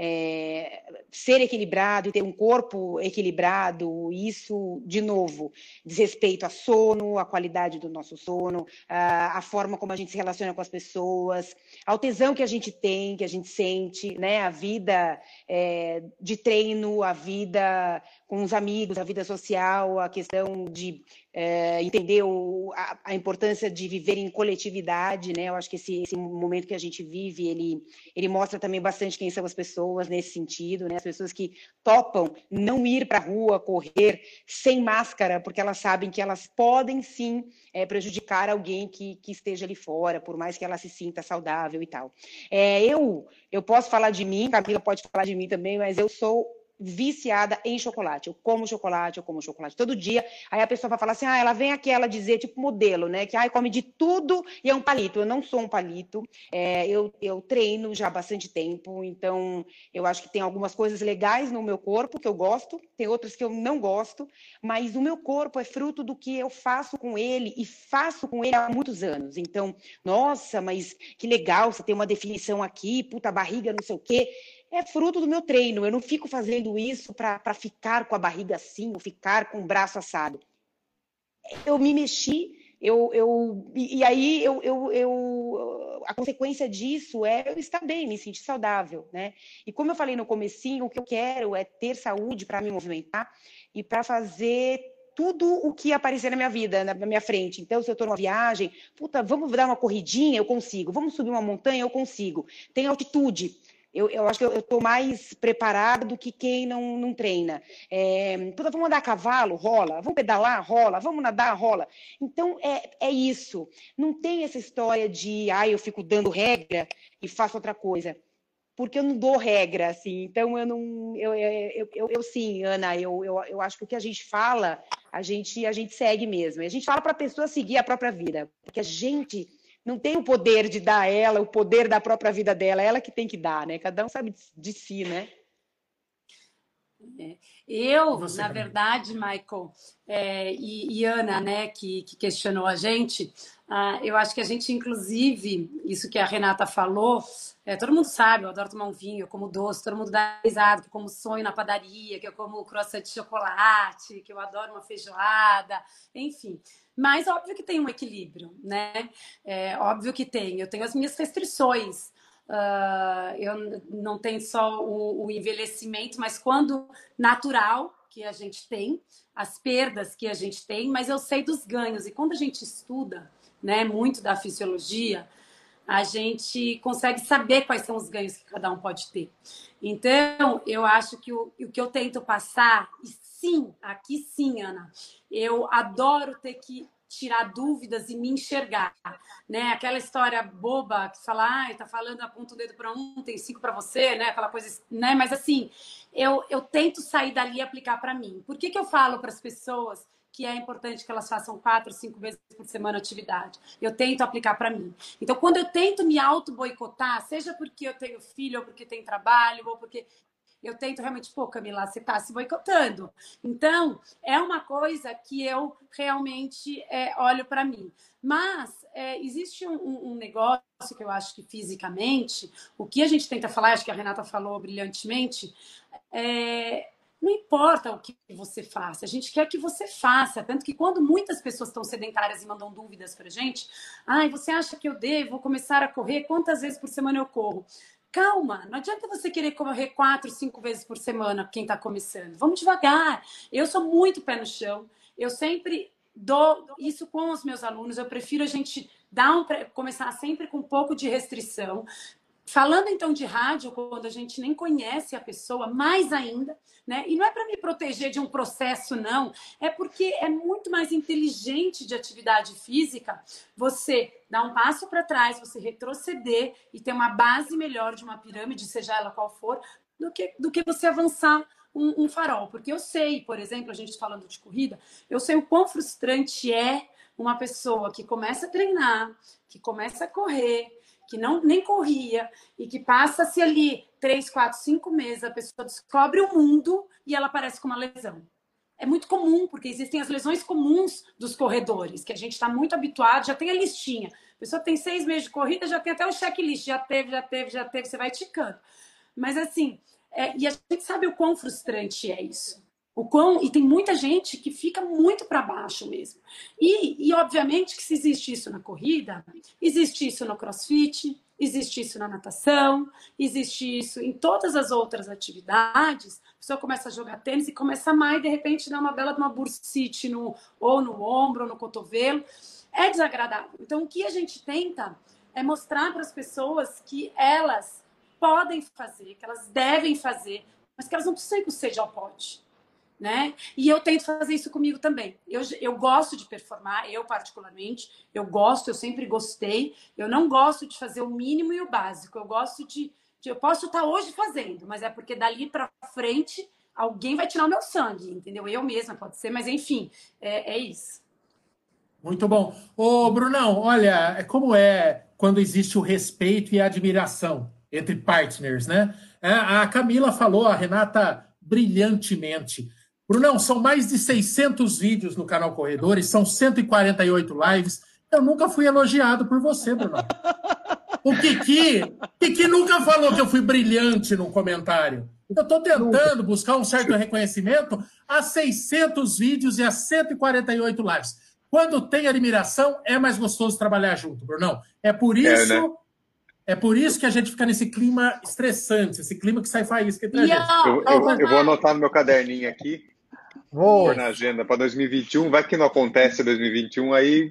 É, ser equilibrado e ter um corpo equilibrado, isso, de novo, diz respeito a sono, a qualidade do nosso sono, a, a forma como a gente se relaciona com as pessoas, ao tesão que a gente tem, que a gente sente, né? A vida é, de treino, a vida com os amigos, a vida social, a questão de é, entender o, a, a importância de viver em coletividade, né? Eu acho que esse, esse momento que a gente vive, ele, ele mostra também bastante quem são as pessoas nesse sentido, né? As pessoas que topam não ir para a rua, correr sem máscara, porque elas sabem que elas podem sim é, prejudicar alguém que, que esteja ali fora, por mais que ela se sinta saudável e tal. É, eu, eu posso falar de mim, Camila pode falar de mim também, mas eu sou viciada em chocolate. Eu como chocolate, eu como chocolate todo dia. Aí a pessoa vai falar assim, ah, ela vem aqui, ela dizer, tipo modelo, né? Que ah, come de tudo e é um palito. Eu não sou um palito. É, eu, eu treino já há bastante tempo, então eu acho que tem algumas coisas legais no meu corpo que eu gosto, tem outras que eu não gosto, mas o meu corpo é fruto do que eu faço com ele e faço com ele há muitos anos. Então, nossa, mas que legal, você tem uma definição aqui, puta barriga, não sei o quê. É fruto do meu treino. Eu não fico fazendo isso para ficar com a barriga assim, ou ficar com o braço assado. Eu me mexi, eu, eu, e, e aí eu, eu, eu, a consequência disso é eu estar bem, me sentir saudável, né? E como eu falei no comecinho, o que eu quero é ter saúde para me movimentar e para fazer tudo o que aparecer na minha vida, na minha frente. Então, se eu estou numa viagem, puta, vamos dar uma corridinha, eu consigo. Vamos subir uma montanha, eu consigo. Tem altitude. Eu, eu acho que eu estou mais preparada do que quem não, não treina. É, puta, vamos andar a cavalo? Rola. Vamos pedalar? Rola. Vamos nadar? Rola. Então, é, é isso. Não tem essa história de, ah, eu fico dando regra e faço outra coisa. Porque eu não dou regra, assim. Então, eu não... Eu, eu, eu, eu sim, Ana, eu, eu, eu acho que o que a gente fala, a gente, a gente segue mesmo. A gente fala para a pessoa seguir a própria vida. Porque a gente... não tem o poder de dar a ela, o poder da própria vida dela, ela que tem que dar, né? Cada um sabe de, de si, né? É. Eu, na verdade, Michael é, e, e Ana, né, que, que questionou a gente, ah, eu acho que a gente, inclusive, isso que a Renata falou, é, todo mundo sabe, eu adoro tomar um vinho, eu como doce, todo mundo dá risada, que eu como sonho na padaria, que eu como croissant de chocolate, que eu adoro uma feijoada, enfim. Mas óbvio que tem um equilíbrio, né? É, óbvio que tem. Eu tenho as minhas restrições. Uh, eu não tenho só o, o envelhecimento, mas quando natural que a gente tem, as perdas que a gente tem, mas eu sei dos ganhos. E quando a gente estuda, né, muito da fisiologia, a gente consegue saber quais são os ganhos que cada um pode ter. Então, eu acho que o, o que eu tento passar, e sim, aqui sim, Ana, eu adoro ter que tirar dúvidas e me enxergar, né? Aquela história boba que fala, ah, tá falando, aponta o dedo para um, tem cinco para você, né? Aquela coisa, né? Mas assim, eu, eu tento sair dali e aplicar para mim. Por que que eu falo para as pessoas que é importante que elas façam quatro, cinco vezes por semana atividade? Eu tento aplicar para mim. Então, quando eu tento me auto-boicotar, seja porque eu tenho filho, ou porque tenho trabalho, ou porque eu tento realmente, pô, Camila, você está se boicotando. Então, é uma coisa que eu realmente é, olho para mim. Mas é, existe um, um negócio que eu acho que fisicamente, o que a gente tenta falar, acho que a Renata falou brilhantemente, é... não importa o que você faça, a gente quer que você faça. Tanto que quando muitas pessoas estão sedentárias e mandam dúvidas pra gente, ai, você acha que eu devo começar a correr? Quantas vezes por semana eu corro? Calma, não adianta você querer correr quatro, cinco vezes por semana quem está começando. Vamos devagar. Eu sou muito pé no chão. Eu sempre dou isso com os meus alunos. Eu prefiro a gente dar um, começar sempre com um pouco de restrição, Falando então de rádio, quando a gente nem conhece a pessoa, mais ainda, né? E não é para me proteger de um processo, não. É porque é muito mais inteligente de atividade física você dar um passo para trás, você retroceder e ter uma base melhor de uma pirâmide, seja ela qual for, do que, do que você avançar um, um farol. Porque eu sei, por exemplo, a gente falando de corrida, eu sei o quão frustrante é uma pessoa que começa a treinar, que começa a correr, que não, nem corria, e que passa-se ali três, quatro, cinco meses, a pessoa descobre o mundo e ela aparece com uma lesão. É muito comum, porque existem as lesões comuns dos corredores, que a gente está muito habituado, já tem a listinha. A pessoa tem seis meses de corrida, já tem até o checklist, já teve, já teve, já teve, você vai ticando. Mas assim, é, e a gente sabe o quão frustrante é isso. O quão, e tem muita gente que fica muito para baixo mesmo. E, e, obviamente, que se existe isso na corrida, existe isso no crossfit, existe isso na natação, existe isso em todas as outras atividades. A pessoa começa a jogar tênis e começa a amar e, de repente, dá uma bela de uma bursite no, ou no ombro ou no cotovelo. É desagradável. Então, o que a gente tenta é mostrar para as pessoas que elas podem fazer, que elas devem fazer, mas que elas não precisam ir com sede ao pote. Né? E eu tento fazer isso comigo também. Eu, eu gosto de performar, eu particularmente, eu gosto, eu sempre gostei. Eu não gosto de fazer o mínimo e o básico. Eu gosto de, de eu posso estar hoje fazendo, mas é porque dali para frente alguém vai tirar o meu sangue, entendeu? Eu mesma pode ser, mas enfim, é, é isso. Muito bom. Ô, Brunão, olha, é como é quando existe o respeito e a admiração entre partners, né? A Camila falou, a Renata, brilhantemente. Brunão, são mais de seiscentos vídeos no canal Corredores, são cento e quarenta e oito lives. Eu nunca fui elogiado por você, Brunão. O Kiki, Kiki nunca falou que eu fui brilhante no comentário. Eu estou tentando buscar um certo reconhecimento a seiscentos vídeos e a cento e quarenta e oito lives. Quando tem admiração, é mais gostoso trabalhar junto, Brunão. É por isso... É, né? É por isso que a gente fica nesse clima estressante, esse clima que sai faísca entre a gente. Eu, eu, eu vou anotar no meu caderninho aqui, vou na agenda para dois mil e vinte e um, vai que não acontece dois mil e vinte e um, aí...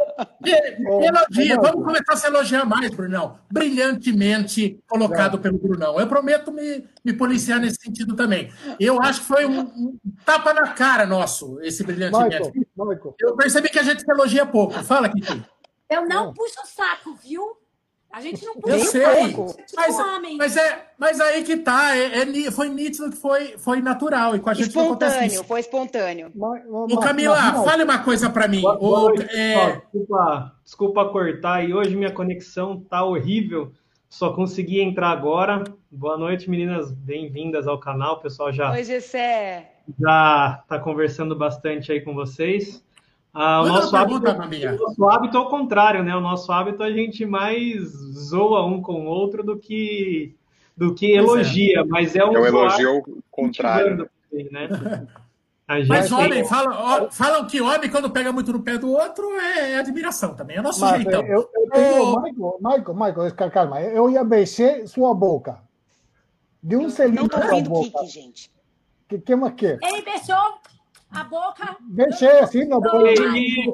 Elogia, vamos começar a se elogiar mais, Brunão. Brilhantemente colocado pelo Brunão. Eu prometo me, me policiar nesse sentido também. Eu acho que foi um, um tapa na cara nosso, esse brilhantemente. Michael, Michael. Eu percebi que a gente se elogia pouco. Fala, Kiki. Eu não puxo o saco, viu? A gente não Eu sei, mas, mas, é, mas aí que tá, é, é, foi nítido que foi, foi natural, e com a gente não acontece isso. Foi espontâneo, Ô Camila, mas, mas, fale uma coisa para mim. Boa, boa noite, é... desculpa, desculpa cortar, e hoje minha conexão tá horrível, só consegui entrar agora. Boa noite, meninas, bem-vindas ao canal, o pessoal já, Oi, Gessé. já tá conversando bastante aí com vocês. Ah, o, nosso hábito, o nosso hábito é o contrário, né? O nosso hábito a gente mais zoa um com o outro do que, do que elogia, é. mas é um Eu elogio ao contrário. Né? Mas homem, tem... falam, falam que homem, quando pega muito no pé do outro, é, é admiração também, é nosso mas, jeitão. Eu, eu tenho, oh. Michael, Michael, Michael, calma, eu ia beijar sua boca. De um selinho não tô ouvindo o Kiki, gente. Que, que mais que? Ele beijou a boca. Deixei assim na boca. É,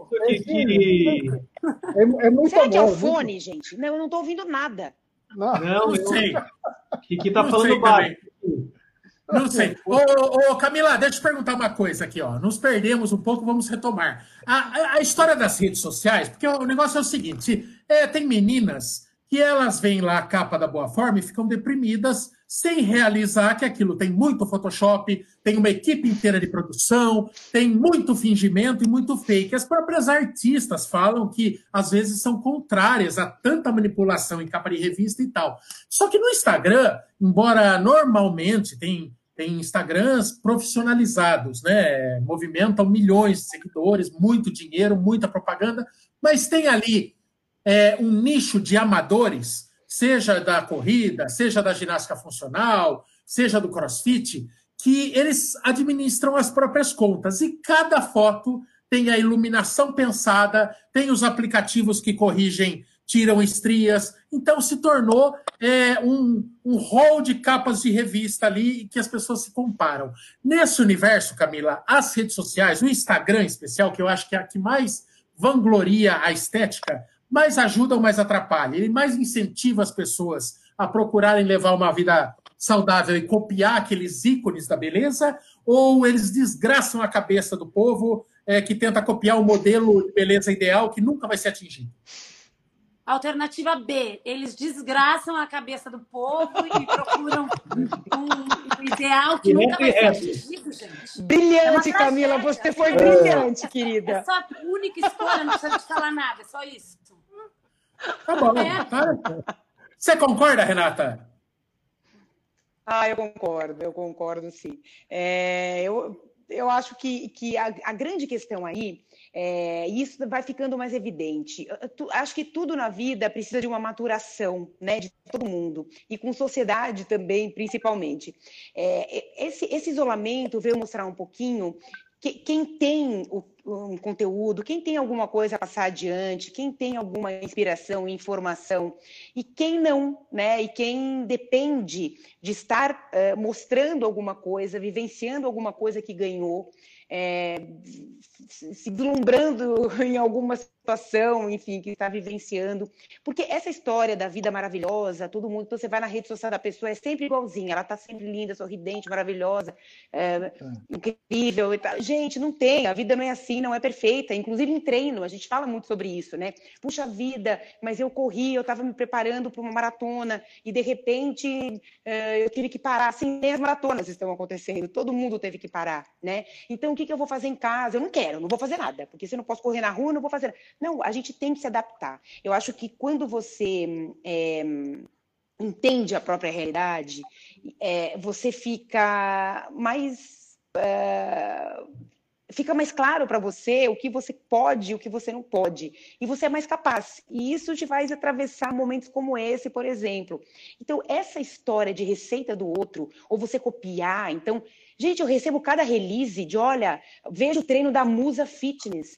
é, é muito Será bom. que é o fone, muito... gente? Não, eu não tô ouvindo nada. Não, não, não sei. Kiki tá não falando baixo. Não sei. Ô, ô, ô, Camila, deixa eu te perguntar uma coisa aqui, ó. Nos perdemos um pouco, vamos retomar. A, a, a história das redes sociais, porque o negócio é o seguinte: é, tem meninas que elas veem lá a capa da Boa Forma e ficam deprimidas sem realizar que aquilo tem muito Photoshop, tem uma equipe inteira de produção, tem muito fingimento e muito fake. As próprias artistas falam que, às vezes, são contrárias a tanta manipulação em capa de revista e tal. Só que no Instagram, embora normalmente tem, tem Instagrams profissionalizados, né? Movimentam milhões de seguidores, muito dinheiro, muita propaganda, mas tem ali é, um nicho de amadores, seja da corrida, seja da ginástica funcional, seja do crossfit, que eles administram as próprias contas. E cada foto tem a iluminação pensada, tem os aplicativos que corrigem, tiram estrias. Então, se tornou é, um, um hall de capas de revista ali que as pessoas se comparam. Nesse universo, Camila, as redes sociais, o Instagram em especial, que eu acho que é a que mais vangloria a estética, mais ajuda ou mais atrapalha? Ele mais incentiva as pessoas a procurarem levar uma vida saudável e copiar aqueles ícones da beleza, ou eles desgraçam a cabeça do povo é, que tenta copiar o modelo de beleza ideal que nunca vai ser atingido? Alternativa B, eles desgraçam a cabeça do povo e procuram um, um ideal que nunca vai ser atingido, gente. Brilhante, é Camila, você foi brilhante, querida. É só a única escolha, não precisa te falar nada, é só isso. Tá bom, é. Tá. Você concorda, Renata? Ah, eu concordo, eu concordo, sim. É, eu, eu acho que, que a, a grande questão aí, é, isso vai ficando mais evidente. Eu, tu, acho que tudo na vida precisa de uma maturação, né, de todo mundo, e com sociedade também, principalmente. É, esse, esse isolamento veio mostrar um pouquinho que, quem tem o, um conteúdo, quem tem alguma coisa a passar adiante, quem tem alguma inspiração, informação, e quem não, né? E quem depende de estar uh, mostrando alguma coisa, vivenciando alguma coisa que ganhou, é, se deslumbrando em alguma situação, enfim, que está vivenciando. Porque essa história da vida maravilhosa, todo mundo, então você vai na rede social da pessoa, é sempre igualzinha, ela está sempre linda, sorridente, maravilhosa, é, incrível e tal. Gente, não tem, a vida não é assim, não é perfeita. Inclusive em treino, a gente fala muito sobre isso, né? Puxa vida, mas eu corri, eu estava me preparando para uma maratona e de repente é, eu tive que parar. Assim, nem as maratonas estão acontecendo, todo mundo teve que parar, né? Então, o que, que eu vou fazer em casa? Eu não quero, não vou fazer nada, porque se eu não posso correr na rua, eu não vou fazer nada. Não, a gente tem que se adaptar. Eu acho que quando você é, entende a própria realidade, é, você fica mais... É, fica mais claro para você o que você pode e o que você não pode. E você é mais capaz. E isso te faz atravessar momentos como esse, por exemplo. Então, essa história de receita do outro, ou você copiar... Então, gente, eu recebo cada release de, olha, vejo o treino da Musa Fitness.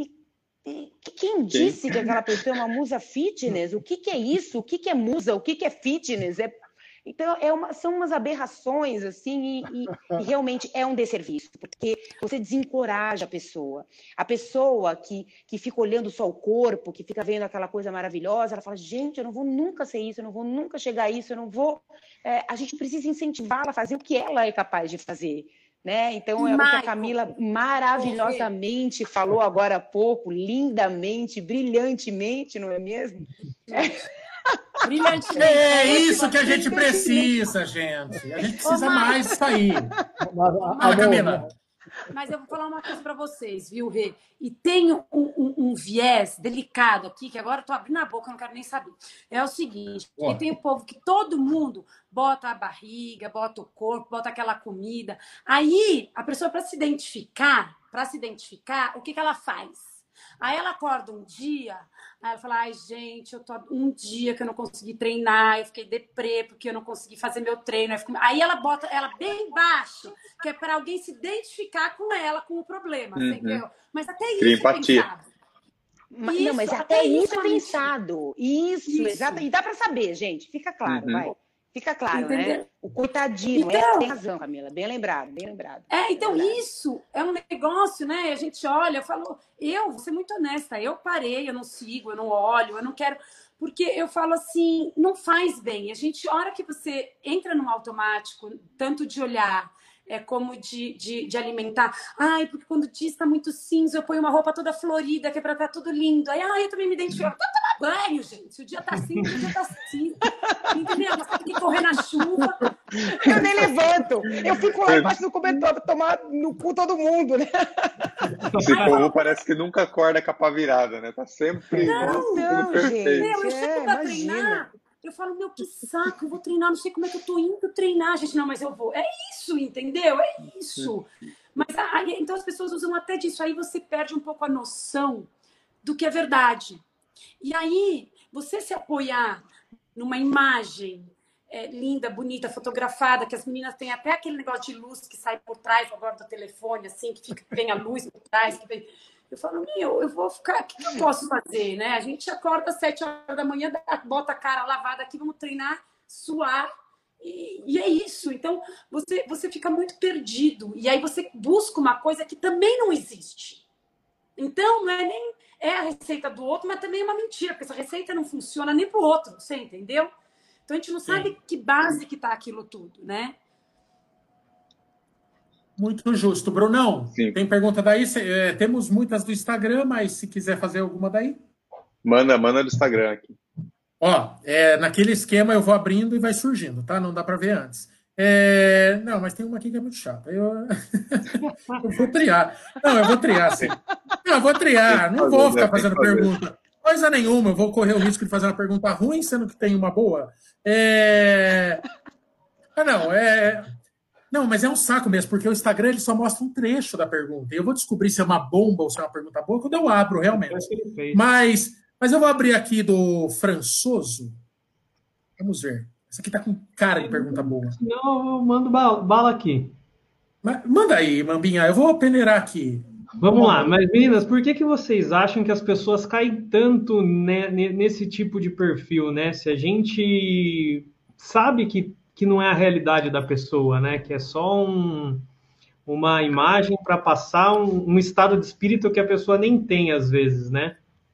E quem disse Sim. que aquela pessoa é uma musa fitness? O que, que é isso? O que, que é musa? O que, que é fitness? É... Então, é uma, são umas aberrações, assim, e, e, e realmente é um desserviço, porque você desencoraja a pessoa. A pessoa que, que fica olhando só o corpo, que fica vendo aquela coisa maravilhosa, ela fala, gente, eu não vou nunca ser isso, eu não vou nunca chegar a isso, eu não vou... É, a gente precisa incentivar-la a fazer o que ela é capaz de fazer. Né? Então, é o que a Camila maravilhosamente falou agora há pouco, lindamente, brilhantemente, não é mesmo? Brilhantemente. É isso que a gente precisa, gente. A gente precisa Ô, mais sair. Fala, Camila. Mas eu vou falar uma coisa para vocês, viu, Rê? E tem um, um, um viés delicado aqui, que agora eu tô abrindo a boca, eu não quero nem saber. É o seguinte, oh. tem o povo que todo mundo bota a barriga, bota o corpo, bota aquela comida. Aí, a pessoa, para se identificar, para se identificar, o que, que ela faz? Aí ela acorda um dia, aí ela fala, ai, gente, eu tô um dia que eu não consegui treinar, eu fiquei deprê porque eu não consegui fazer meu treino. Aí ela bota ela bem baixo, que é para alguém se identificar com ela, com o problema, uhum. entendeu? Mas até isso é pensado. Mas, isso, não, mas até, até isso é pensado. Isso, isso. Exato. E dá para saber, gente, fica claro, uhum. vai. Fica claro, Entendeu? Né? O coitadinho, então, é, tem razão, Camila, bem lembrado, bem lembrado. É, então bem lembrado. Isso é um negócio, né? A gente olha, eu falo, eu, vou ser muito honesta, eu parei, eu não sigo, eu não olho, eu não quero, porque eu falo assim, não faz bem. A gente, a hora que você entra no automático, tanto de olhar, é como de, de, de alimentar. Ai, porque quando o dia está muito cinza, eu ponho uma roupa toda florida, que é para estar tudo lindo. Aí, ai, eu também me identifico. Tá tomar banho, gente. Se o dia tá cinza, o dia tá cinza. Entendeu? Você tem que correr na chuva. Eu nem levanto. Eu fico lá embaixo do cobertor para tomar no cu todo mundo, né? Esse povo parece que nunca acorda capa virada, né? Tá sempre não, não, perfeito. Meu, eu é, chego pra treinar. Eu falo, meu, que saco, eu vou treinar, não sei como é que eu tô indo treinar, gente. Não, mas eu vou. É isso, entendeu? É isso. Mas aí, então as pessoas usam até disso. Aí você perde um pouco a noção do que é verdade. E aí, você se apoiar numa imagem é, linda, bonita, fotografada, que as meninas têm até aquele negócio de luz que sai por trás agora do telefone, assim, que fica, vem a luz por trás, que vem... Eu falo, meu, eu vou ficar... O que eu posso fazer, né? A gente acorda às sete horas da manhã, bota a cara lavada aqui, vamos treinar, suar, e, e é isso. Então, você, você fica muito perdido. E aí você busca uma coisa que também não existe. Então, não é nem... É a receita do outro, mas também é uma mentira, porque essa receita não funciona nem pro outro, você entendeu? Então a gente não sabe Sim. que base que está aquilo tudo, né? Muito justo. Brunão, Sim. Tem pergunta daí? É, temos muitas do Instagram, mas se quiser fazer alguma daí... Manda, manda do Instagram aqui. Ó, é, naquele esquema eu vou abrindo e vai surgindo, tá? Não dá para ver antes. É, não, mas tem uma aqui que é muito chata. Eu, eu vou triar. Não, eu vou triar, sim. Não, eu vou triar. Não vou ficar fazendo pergunta. Coisa nenhuma. Eu vou correr o risco de fazer uma pergunta ruim, sendo que tem uma boa. É... Ah, não, é... Não, mas é um saco mesmo, porque o Instagram ele só mostra um trecho da pergunta. E eu vou descobrir se é uma bomba ou se é uma pergunta boa quando eu abro, realmente. Mas, mas eu vou abrir aqui do Françoso. Vamos ver. Essa aqui tá com cara de pergunta boa. Não, eu mando bala, bala aqui. Mas, manda aí, Mambinha. Eu vou peneirar aqui. Vamos lá. Mas, meninas, por que, que vocês acham que as pessoas caem tanto né, nesse tipo de perfil, né? Se a gente sabe que que não é a realidade da pessoa, né? Que é só um, uma imagem para passar um, um estado de espírito que a pessoa nem tem, às vezes, né?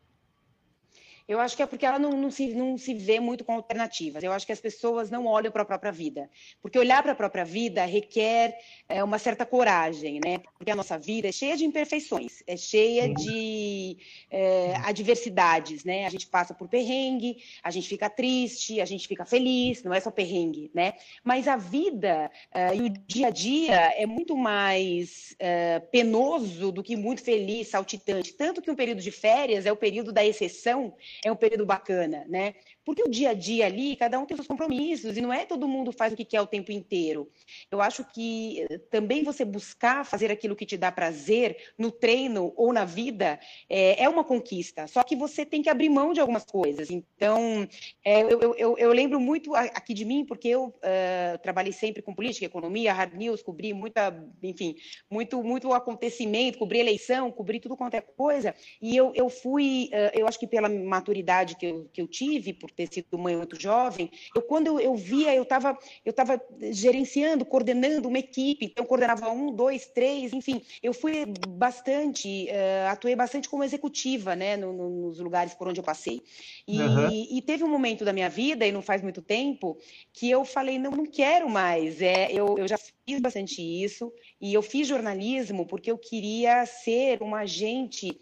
Eu acho que é porque ela não, não, se, não se vê muito com alternativas. Eu acho que as pessoas não olham para a própria vida. Porque olhar para a própria vida requer é, uma certa coragem, né? Porque a nossa vida é cheia de imperfeições, é cheia de é, adversidades, né? A gente passa por perrengue, a gente fica triste, a gente fica feliz, não é só perrengue, né? Mas a vida é, e o dia a dia é muito mais é, penoso do que muito feliz, saltitante. Tanto que um período de férias é o período da exceção, é um período bacana, né? Porque o dia a dia ali, cada um tem seus compromissos e não é todo mundo faz o que quer o tempo inteiro. Eu acho que também você buscar fazer aquilo que te dá prazer no treino ou na vida é, é uma conquista, só que você tem que abrir mão de algumas coisas. Então, é, eu, eu, eu lembro muito aqui de mim, porque eu uh, trabalhei sempre com política, economia, hard news, cobri muita, enfim, muito, muito acontecimento, cobri eleição, cobri tudo quanto é coisa, e eu, eu fui, uh, eu acho que pela maturidade que eu, que eu tive, por ter sido mãe muito jovem, eu, quando eu, eu via, eu estava eu tava gerenciando, coordenando uma equipe, então eu coordenava um, dois, três, enfim, eu fui bastante, uh, atuei bastante como executiva, né, no, no, nos lugares por onde eu passei. E, uhum. e teve um momento da minha vida, e não faz muito tempo, que eu falei, não, não quero mais, é, eu, eu já fiz bastante isso, e eu fiz jornalismo porque eu queria ser uma agente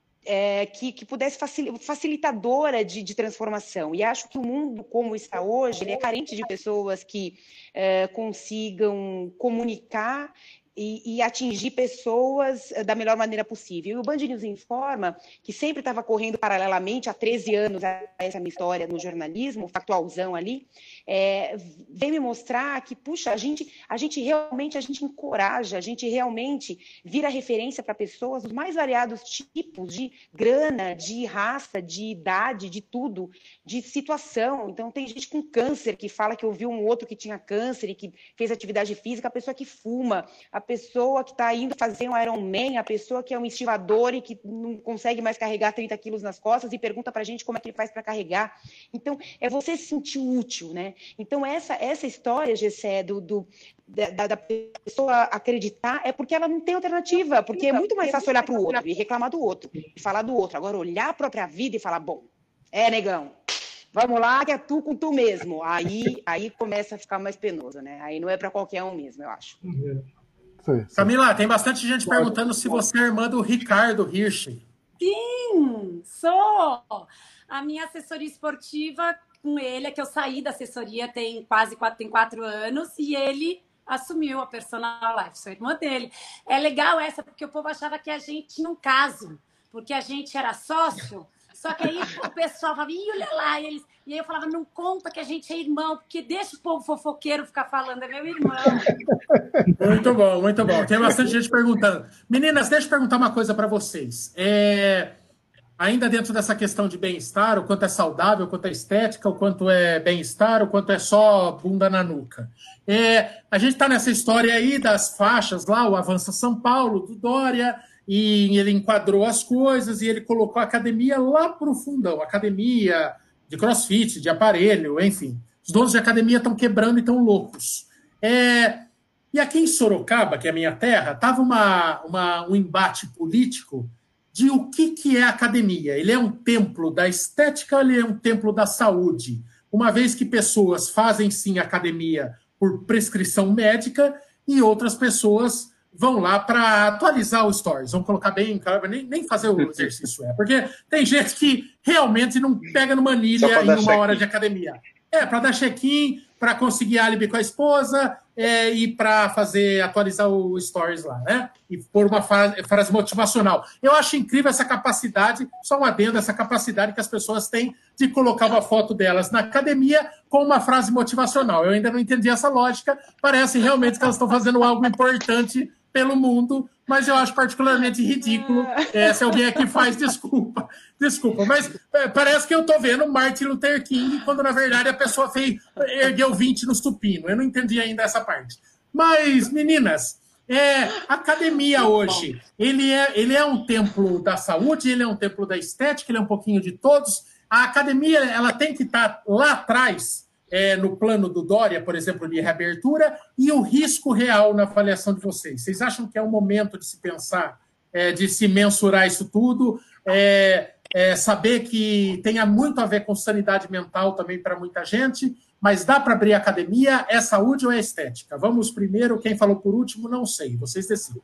É, que, que pudesse facil, facilitadora de, de transformação. E acho que o mundo como está hoje, ele é carente de pessoas que é, consigam comunicar e, e atingir pessoas da melhor maneira possível. E o Band News Informa, que sempre estava correndo paralelamente há treze anos a essa minha história no jornalismo, factualzão ali, é, vem me mostrar que, puxa, a gente, a gente realmente a gente encoraja, a gente realmente vira referência para pessoas dos mais variados tipos de grana, de raça, de idade, de tudo, de situação. Então, tem gente com câncer que fala que ouviu um outro que tinha câncer e que fez atividade física, a pessoa que fuma, a pessoa que está indo fazer um Ironman, a pessoa que é um estivador e que não consegue mais carregar trinta quilos nas costas e pergunta para a gente como é que ele faz para carregar. Então, é você se sentir útil, né? Então, essa, essa história, Gessé, do, do, da, da pessoa acreditar é porque ela não tem alternativa, porque é muito mais fácil olhar para o outro e reclamar do outro, e falar do outro. Agora, olhar a própria vida e falar, bom, é, negão, vamos lá, que é tu com tu mesmo. Aí, aí começa a ficar mais penoso, né? Aí não é para qualquer um mesmo, eu acho. Sim, sim. Camila, tem bastante gente perguntando se você é irmã do Ricardo Hirsch. Sim, sou! A minha assessoria esportiva com ele é que eu saí da assessoria tem quase quatro, tem quatro anos e ele assumiu a Personal Life, sou irmã dele. É legal essa, porque o povo achava que a gente tinha um caso, porque a gente era sócio, só que aí o pessoal falava, ih, olha lá, e, eles, e aí eu falava, não conta que a gente é irmão, porque deixa o povo fofoqueiro ficar falando, é meu irmão. Muito bom, muito bom. Tem bastante gente perguntando. Meninas, deixa eu perguntar uma coisa para vocês. É... Ainda dentro dessa questão de bem-estar, o quanto é saudável, o quanto é estética, o quanto é bem-estar, o quanto é só bunda na nuca. É, a gente está nessa história aí das faixas lá, o Avança São Paulo, do Dória, e ele enquadrou as coisas e ele colocou a academia lá para o fundão. Academia de crossfit, de aparelho, enfim. Os donos de academia estão quebrando e estão loucos. É, e aqui em Sorocaba, que é a minha terra, estava uma, uma, um embate político de o que, que é a academia. Ele é um templo da estética, ele é um templo da saúde. uma vez que pessoas fazem sim academia por prescrição médica e outras pessoas vão lá para atualizar o stories, vão colocar bem, nem, nem fazer o exercício, é, porque tem gente que realmente não pega numa anilha em uma hora de academia. É, para dar check-in, para conseguir álibi com a esposa é, e para fazer, atualizar o stories lá, né? E pôr uma frase, frase motivacional. Eu acho incrível essa capacidade, só um adendo, essa capacidade que as pessoas têm de colocar uma foto delas na academia com uma frase motivacional. Eu ainda não entendi essa lógica, parece realmente que elas estão fazendo algo importante pelo mundo, mas eu acho particularmente ridículo. É, se alguém aqui faz, desculpa. Desculpa, mas é, parece que eu estou vendo Martin Luther King, quando na verdade a pessoa fez, ergueu vinte no supino. Eu não entendi ainda essa parte. Mas, meninas, é, a academia hoje, ele é, ele é um templo da saúde, ele é um templo da estética, ele é um pouquinho de todos. A academia, ela tem que estar lá atrás, É, no plano do Dória, por exemplo, de reabertura, e o risco real na avaliação de vocês. Vocês acham que é um momento de se pensar, é, de se mensurar isso tudo, é, é, saber que tenha muito a ver com sanidade mental também para muita gente, mas dá para abrir a academia? É saúde ou é estética? Vamos primeiro, quem falou por último, não sei, vocês decidem.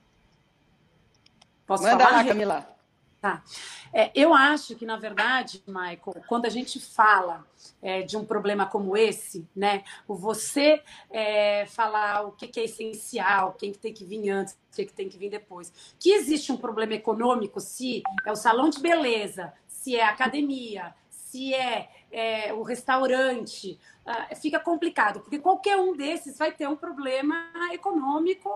Posso Manda falar, lá, Camila? Tá. É, eu acho que, na verdade, Michael, quando a gente fala é, de um problema como esse, né, o você é, falar o que, que é essencial, quem que tem que vir antes, o que, que tem que vir depois, que existe um problema econômico, se é o salão de beleza, se é a academia, se é, é o restaurante, uh, fica complicado, porque qualquer um desses vai ter um problema econômico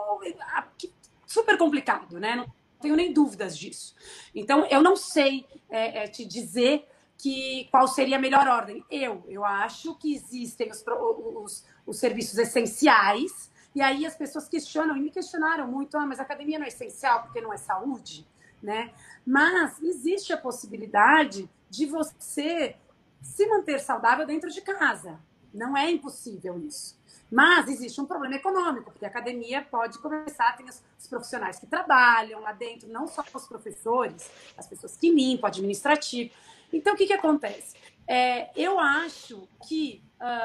super complicado, né? Não tenho nem dúvidas disso. Então, eu não sei é, é, te dizer que, qual seria a melhor ordem. Eu, eu acho que existem os, os, os serviços essenciais, e aí as pessoas questionam, e me questionaram muito, ah, mas a academia não é essencial porque não é saúde, né? Mas existe a possibilidade de você se manter saudável dentro de casa. Não é impossível isso. Mas existe um problema econômico, porque a academia pode começar, tem os, os profissionais que trabalham lá dentro, não só os professores, as pessoas que limpam, administrativo. Então, o que, que acontece? É, eu acho que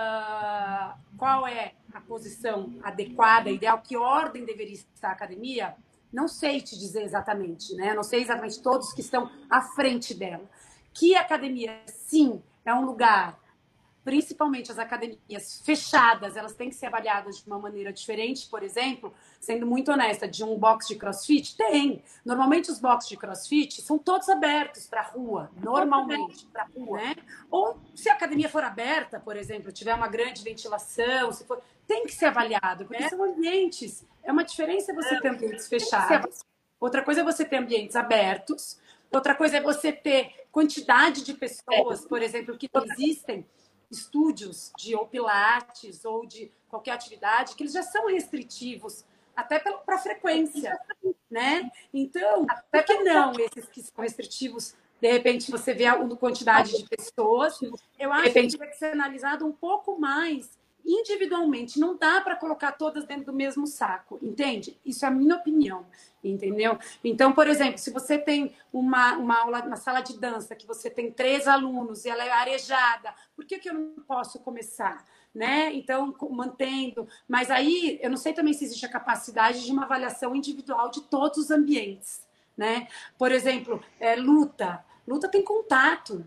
uh, qual é a posição adequada, ideal, que ordem deveria estar a academia? Não sei te dizer exatamente, né? Não sei exatamente todos que estão à frente dela. Que a academia, sim, é um lugar... Principalmente as academias fechadas, elas têm que ser avaliadas de uma maneira diferente, por exemplo, sendo muito honesta, de um box de crossfit? Tem. Normalmente os boxes de crossfit são todos abertos para a rua, normalmente, para a rua, né? Ou se a academia for aberta, por exemplo, tiver uma grande ventilação, se for, tem que ser avaliado, porque são ambientes. É uma diferença você ter ambientes fechados, outra coisa é você ter ambientes abertos, outra coisa é você ter quantidade de pessoas, por exemplo, que existem estúdios de ou pilates ou de qualquer atividade que eles já são restritivos até para a frequência, né? Então, por que não esses que são restritivos, de repente você vê a quantidade de pessoas? Eu acho que tem que ser analisado um pouco mais individualmente. Não dá para colocar todas dentro do mesmo saco, entende? Isso é a minha opinião, entendeu? Então, por exemplo, se você tem uma, uma aula, uma sala de dança que você tem três alunos e ela é arejada, por que, que eu não posso começar? Né? Então, mantendo. Mas aí, eu não sei também se existe a capacidade de uma avaliação individual de todos os ambientes, né? Por exemplo, é, luta. Luta tem contato.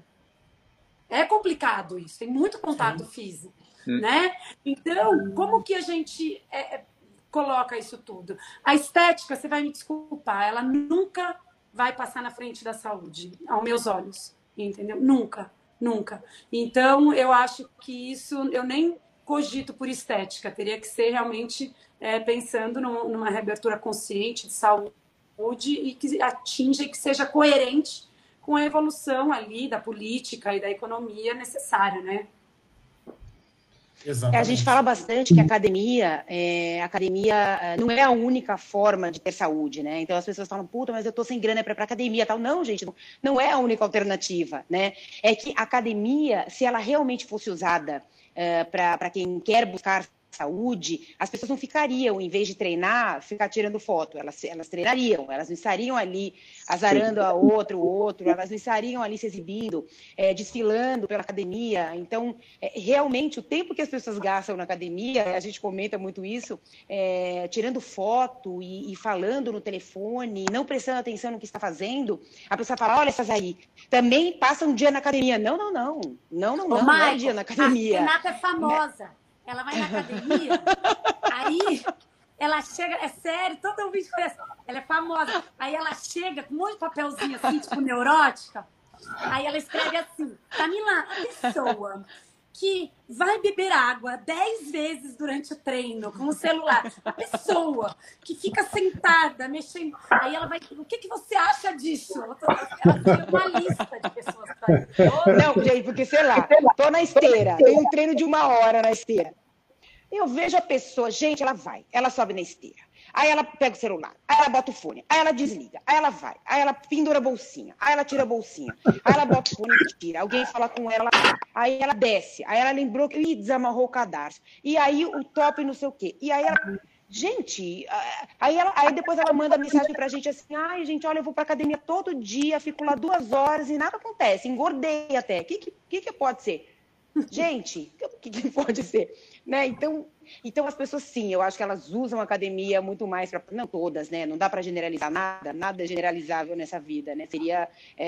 É complicado isso, tem muito contato Sim. físico. Né? Então, como que a gente é, coloca isso tudo? A estética, você vai me desculpar, ela nunca vai passar na frente da saúde, aos meus olhos, entendeu? Nunca, nunca. Então, eu acho que isso, eu nem cogito por estética, teria que ser realmente é, pensando num, numa reabertura consciente de saúde e que atinja e que seja coerente com a evolução ali da política e da economia necessária, né? Exatamente. A gente fala bastante que a academia, é, a academia não é a única forma de ter saúde, né? Então as pessoas falam, puta, mas eu tô sem grana para ir pra academia, tal. Não, gente, não, não é a única alternativa, né? É que a academia, se ela realmente fosse usada é, para quem quer buscar saúde, as pessoas não ficariam, em vez de treinar, ficar tirando foto. Elas, elas treinariam, elas não estariam ali azarando a outro, o outro, elas não estariam ali se exibindo, é, desfilando pela academia. Então, é, realmente, o tempo que as pessoas gastam na academia, a gente comenta muito isso, é, tirando foto e, e falando no telefone, não prestando atenção no que está fazendo, a pessoa fala, olha essas aí, também passam um dia na academia. Não, não, não. Não, não, não, Ô, não é Michael, dia na academia. A Renata é famosa. Ela vai na academia, aí ela chega, é sério, todo mundo conhece. Ela é famosa. Aí ela chega com um monte de papelzinho assim, tipo neurótica. Aí ela escreve assim, Camila, a pessoa que vai beber água dez vezes durante o treino com o celular, a pessoa que fica sentada, mexendo. Aí ela vai, o que, que você acha disso? Ela tem uma lista de pessoas pra ir. Não, gente, porque sei lá, tô na esteira, tem um treino de uma hora na esteira. Eu vejo a pessoa, gente, ela vai, ela sobe na esteira. Aí ela pega o celular, aí ela bota o fone, aí ela desliga, aí ela vai, aí ela pendura a bolsinha, aí ela tira a bolsinha, aí ela bota o fone e tira, alguém fala com ela, aí ela desce, aí ela lembrou que ih, desamarrou o cadarço, e aí o top não sei o quê, e aí ela, gente, aí, ela, aí depois ela manda mensagem pra gente assim, ai gente, olha, eu vou pra academia todo dia, fico lá duas horas e nada acontece, engordei até, o que, que, que pode ser? Gente, o que, que pode ser? Né? Então, então, as pessoas, sim, eu acho que elas usam a academia muito mais para... Não todas, né? Não dá para generalizar nada, nada é generalizável nessa vida, né? Seria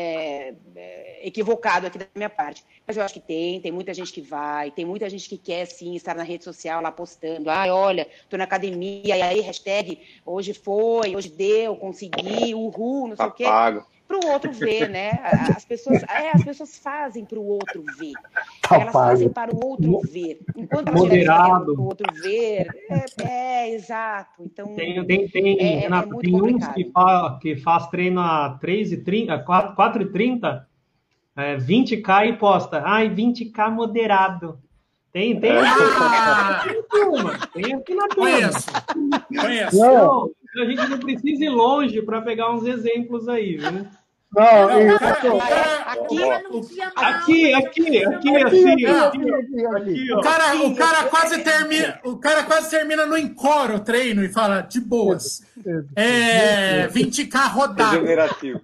é, é, equivocado aqui da minha parte. Mas eu acho que tem, tem muita gente que vai, tem muita gente que quer, sim, estar na rede social lá postando. Ai, olha, tô na academia, e aí, hashtag, hoje foi, hoje deu, consegui, uhul, não sei o quê. Para o outro ver, né? As pessoas, é, as pessoas fazem para o outro ver. Elas fazem para o outro ver. Enquanto moderado. Para o outro ver, é, é exato. Então, tem, tem, tem, é, Renato, é tem uns que faz, que faz treino a três e trinta, quatro e trinta, é, vinte K e posta. Ai, vinte K moderado. Tem, tem. Ah! Tem turma, tem aqui na turma. Conheço. Conheço. Então, a gente não precisa ir longe para pegar uns exemplos aí, viu? Não, Não, e- o cara- o cara- aqui, Aqui, aqui, aqui, assim, aqui, ó. aqui, aqui, aqui. Aqui, O ó. cara, o cara quase termina, o cara quase termina no encore o treino e fala de boas. É vinte K rodado. Regenerativo.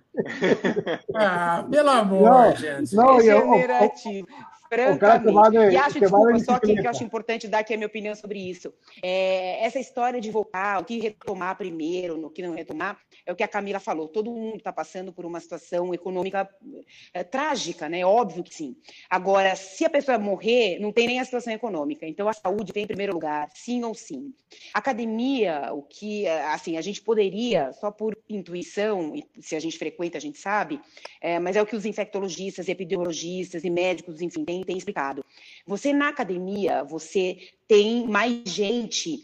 Ah, pelo amor, Não, gente. não, e eu- Regenerativo. o cara que vai de- E acho, que desculpa, vai de só que, que eu bicicleta. acho importante dar aqui a minha opinião sobre isso. É, essa história de voltar, o que retomar primeiro, no que não retomar, é o que a Camila falou. Todo mundo está passando por uma situação econômica é, trágica, né? Óbvio que sim. Agora, se a pessoa morrer, não tem nem a situação econômica. Então, a saúde vem em primeiro lugar, sim ou sim. Academia, o que, assim, a gente poderia, só por intuição, e se a gente frequenta, a gente sabe, é, mas é o que os infectologistas, epidemiologistas e médicos, enfim, têm tem explicado. Você, na academia, você tem mais gente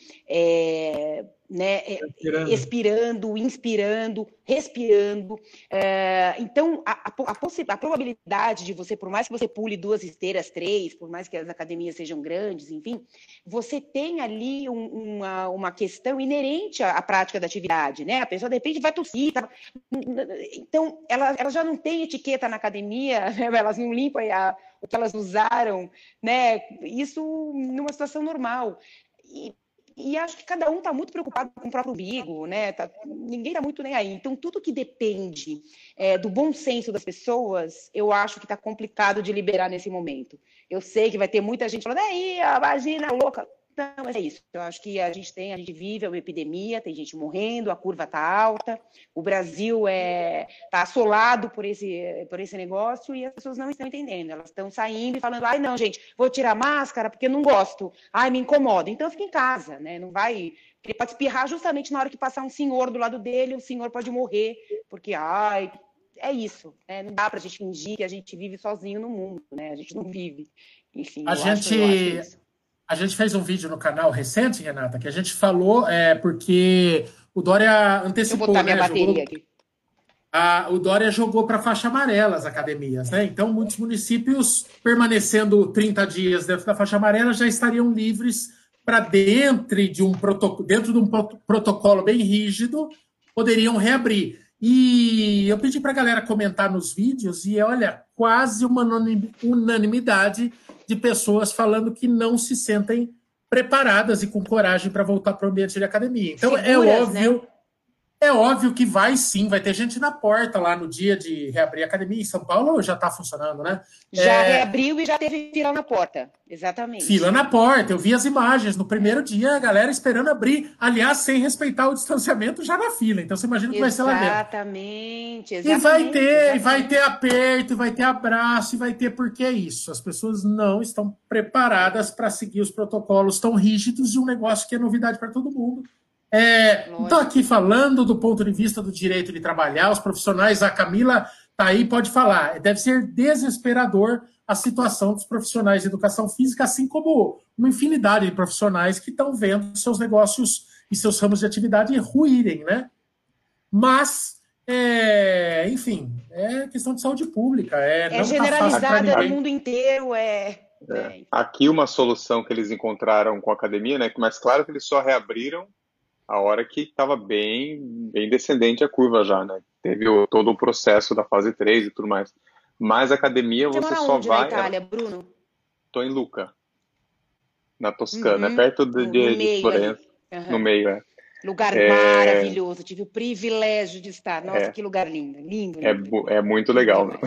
é, né, expirando. expirando, inspirando, respirando. É, então, a, a, a, a probabilidade de você, por mais que você pule duas esteiras, três, por mais que as academias sejam grandes, enfim, você tem ali um, uma, uma questão inerente à, à prática da atividade, né? A pessoa, de repente, vai tossir. Tá... Então, ela, ela já não tem etiqueta na academia, né? Elas não limpam a, o que elas usaram, né? Isso numa situação normal. E, e acho que cada um está muito preocupado com o próprio umbigo, né? Tá, ninguém está muito nem aí. Então, tudo que depende é, do bom senso das pessoas, eu acho que está complicado de liberar nesse momento. Eu sei que vai ter muita gente falando, aí, a vagina louca. Não, mas é isso. Eu acho que a gente tem, a gente vive uma epidemia, tem gente morrendo, a curva está alta, o Brasil é está assolado por esse, por esse negócio e as pessoas não estão entendendo. Elas estão saindo e falando, ai, não, gente, vou tirar a máscara porque não gosto, ai, me incomoda. Então fica em casa, né? Não vai. Ele pode espirrar justamente na hora que passar um senhor do lado dele, o senhor pode morrer, porque, ai, é isso. Né? Não dá para a gente fingir que a gente vive sozinho no mundo, né? A gente não vive. Enfim, a eu gente. acho, eu acho isso. A gente fez um vídeo no canal recente, Renata, que a gente falou é, porque o Dória antecipou. Deixa eu botar né, minha bateria jogou, aqui. a, o Dória jogou para faixa amarela as academias, né? Então, muitos municípios, permanecendo trinta dias dentro da faixa amarela, já estariam livres para, dentro de um protocolo, dentro de um protocolo bem rígido, poderiam reabrir. E eu pedi para a galera comentar nos vídeos e, olha, quase uma unanimidade de pessoas falando que não se sentem preparadas e com coragem para voltar para o ambiente de academia. Então, Seguras, é óbvio... Né? É óbvio que vai sim, vai ter gente na porta lá no dia de reabrir a academia. Em São Paulo já está funcionando, né? Já é... reabriu e já teve fila na porta, exatamente. Fila na porta, eu vi as imagens. No primeiro dia, a galera esperando abrir, aliás, sem respeitar o distanciamento já na fila. Então você imagina que vai ser lá dentro. Exatamente, exatamente. E vai ter, exatamente. e vai ter aperto, e vai ter abraço, e vai ter porque é isso. As pessoas não estão preparadas para seguir os protocolos tão rígidos de um negócio que é novidade para todo mundo. É, estou aqui falando do ponto de vista do direito de trabalhar, os profissionais, a Camila está aí, pode falar, deve ser desesperador a situação dos profissionais de educação física, assim como uma infinidade de profissionais que estão vendo seus negócios e seus ramos de atividade ruírem, né? Mas, é, enfim, é questão de saúde pública. É, é não generalizada tá no mundo inteiro, é... É. Aqui uma solução que eles encontraram com a academia, né? Mas claro que eles só reabriram a hora que estava bem, bem descendente a curva já, né? Teve o, todo o processo da fase três e tudo mais. Mas a academia você, você só onde vai... na Itália, Bruno? Estou em Lucca, na Toscana, Uhum. é perto de, no, de, no de Florença, uhum. no meio, é. Lugar é... maravilhoso, tive o privilégio de estar. Nossa, é... que lugar lindo, lindo. lindo. É, é muito legal, né?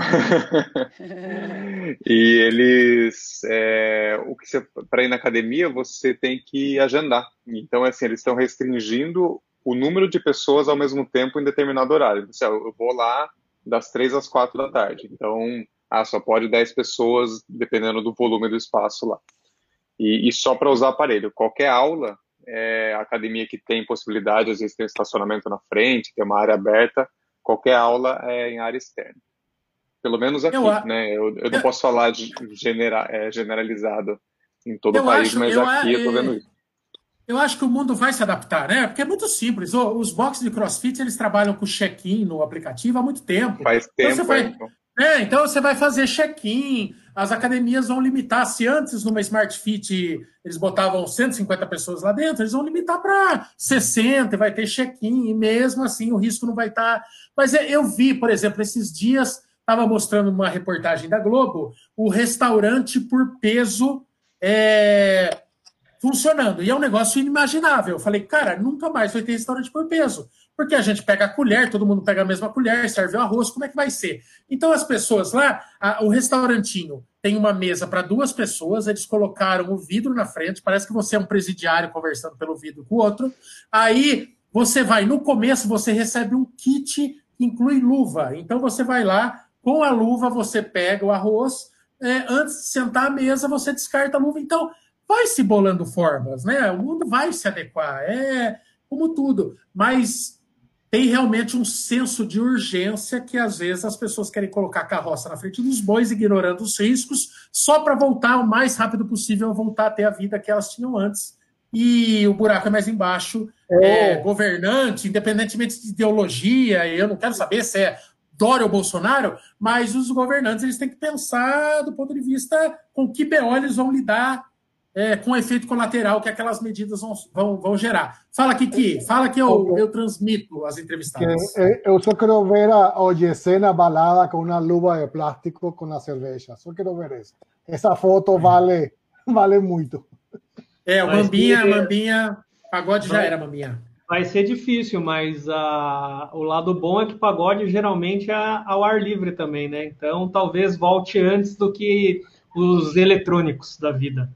E eles, é, o que para ir na academia, você tem que agendar. Então, assim, eles estão restringindo o número de pessoas ao mesmo tempo em determinado horário. Eu vou lá das três às quatro da tarde. Então, ah, só pode dez pessoas, dependendo do volume do espaço lá. E, e só para usar aparelho. Qualquer aula, é, academia que tem possibilidade, às vezes tem estacionamento na frente, tem uma área aberta, qualquer aula é em área externa. Pelo menos aqui, eu, né? Eu, eu não eu, posso falar de genera, é, generalizado em todo o país, acho, mas eu, aqui eu tô vendo isso. Eu acho que o mundo vai se adaptar, né? Porque é muito simples. Os boxes de CrossFit, eles trabalham com check-in no aplicativo há muito tempo. Faz tempo, então você vai, então. É, então você vai fazer check-in, as academias vão limitar. Se antes numa Smart Fit eles botavam cento e cinquenta pessoas lá dentro, eles vão limitar para sessenta, vai ter check-in, e mesmo assim o risco não vai estar... Mas eu vi, por exemplo, esses dias... Estava mostrando uma reportagem da Globo, o restaurante por peso é, funcionando. E é um negócio inimaginável. Eu falei, cara, nunca mais vai ter restaurante por peso. Porque a gente pega a colher, todo mundo pega a mesma colher, serve o arroz, como é que vai ser? Então as pessoas lá, a, o restaurantinho tem uma mesa para duas pessoas, eles colocaram o vidro na frente, parece que você é um presidiário conversando pelo vidro com o outro. Aí você vai, no começo, você recebe um kit que inclui luva. Então você vai lá, com a luva você pega o arroz, é, antes de sentar à mesa você descarta a luva. Então vai se bolando formas, né? O mundo vai se adequar, é como tudo. Mas tem realmente um senso de urgência que às vezes as pessoas querem colocar a carroça na frente dos bois, ignorando os riscos, só para voltar o mais rápido possível, voltar a ter a vida que elas tinham antes. E o buraco é mais embaixo. É. É, governante, independentemente de ideologia, eu não quero saber se é Dória ou Bolsonaro, mas os governantes eles têm que pensar do ponto de vista com que B O eles vão lidar é, com o efeito colateral que aquelas medidas vão, vão, vão gerar. Fala, Kiki, fala que eu, eu transmito as entrevistadas. Que, eu só quero ver a O G C na balada com uma luva de plástico com a cerveja. Só quero ver isso. Essa foto vale, vale muito. É, o Mambinha, ser... Mambinha, pagode vai, já era, Mambinha. Vai ser difícil, mas a, o lado bom é que pagode geralmente é ao ar livre também, né? Então talvez volte antes do que os eletrônicos da vida.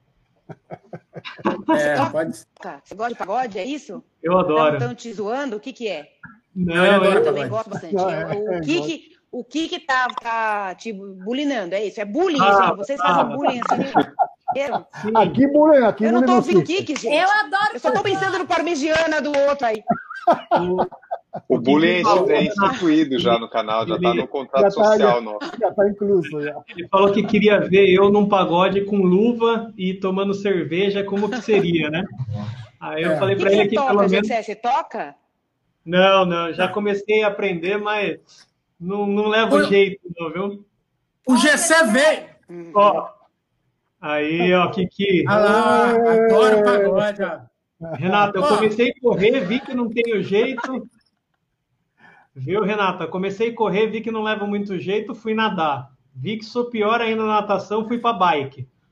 É, pode... Você gosta de pagode, é isso? Eu adoro. Estão te zoando? O que que é? Não, eu, eu também gosto bastante. Não, é, o, é, que que, o que que tá, tá te bulinando? É isso? É bullying, ah, gente? Vocês ah, fazem bullying assim? Sim. Aqui bullying, aqui eu não tô ouvindo o Kiki, gente. Eu adoro. Eu só tô pensando no parmegiana do outro aí. O, o bullying é instituído já no canal, já tá no contrato já tá, social nosso. Já tá incluso. Já. Ele falou que queria ver eu num pagode com luva e tomando cerveja, como que seria, né? Aí eu é. falei para ele que, que toca, pelo menos... Você toca? Não, não, já comecei a aprender, mas não, não leva o... jeito, não, viu? O Gessé veio. Ó. Aí, ó, Kiki. Ah lá, adoro pagode, ó. Renata, eu comecei a correr, vi que não tenho jeito. Viu, Renata? Comecei a correr, vi que não leva muito jeito, fui nadar. Vi que sou pior ainda na natação, fui para bike.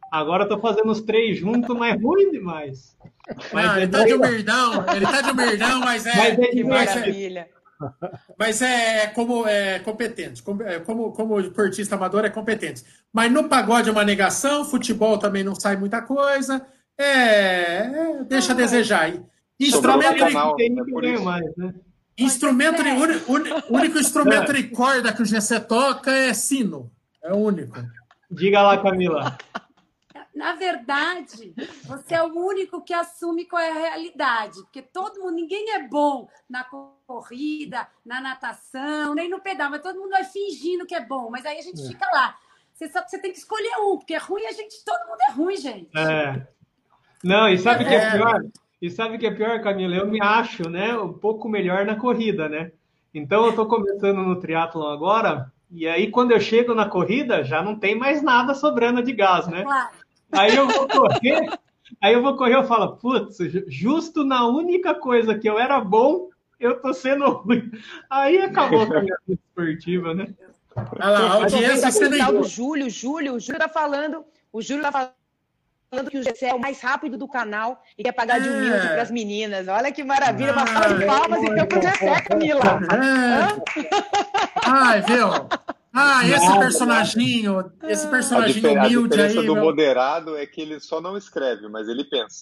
Agora eu tô fazendo os três juntos, mas ruim demais. Mas não, ele tá de humildão, ele tá de humildão, mas é... Mas é que maravilha. Mas é como é competente, como, como, como esportista amador é competente. Mas no pagode é uma negação, futebol também não sai muita coisa, é, é deixa a desejar. Instrumento canal, de, é por isso. Mais, né? Instrumento de, o único instrumento de corda que o G C toca é sino, é o único. Diga lá, Camila. Na verdade, você é o único que assume qual é a realidade, porque todo mundo, ninguém é bom na corrida, na natação, nem no pedal, mas todo mundo vai fingindo que é bom, mas aí a gente é. fica lá. Você, só, você tem que escolher um, porque é ruim, a gente, todo mundo é ruim, gente. É. Não, e sabe o é. que é pior? E sabe o que é pior, Camila? Eu me acho, né, um pouco melhor na corrida, né? Então eu estou começando no triatlon agora, e aí quando eu chego na corrida, já não tem mais nada sobrando de gás, né? Claro. Aí eu vou correr, aí eu vou correr, eu falo, putz, justo na única coisa que eu era bom, eu tô sendo ruim. Aí acabou com a minha vida esportiva, né? Olha lá, a audiência sendo... O Júlio, o Júlio, o Júlio tá falando, o Júlio tá falando que o G C é o mais rápido do canal e quer pagar de humilde é. para as meninas. Olha que maravilha, uma salva de palmas então pro G C, Camila. É. Ai, viu? Ah, esse personaginho, esse personaginho a humilde aí. A diferença do meu... moderado é que ele só não escreve, mas ele pensa.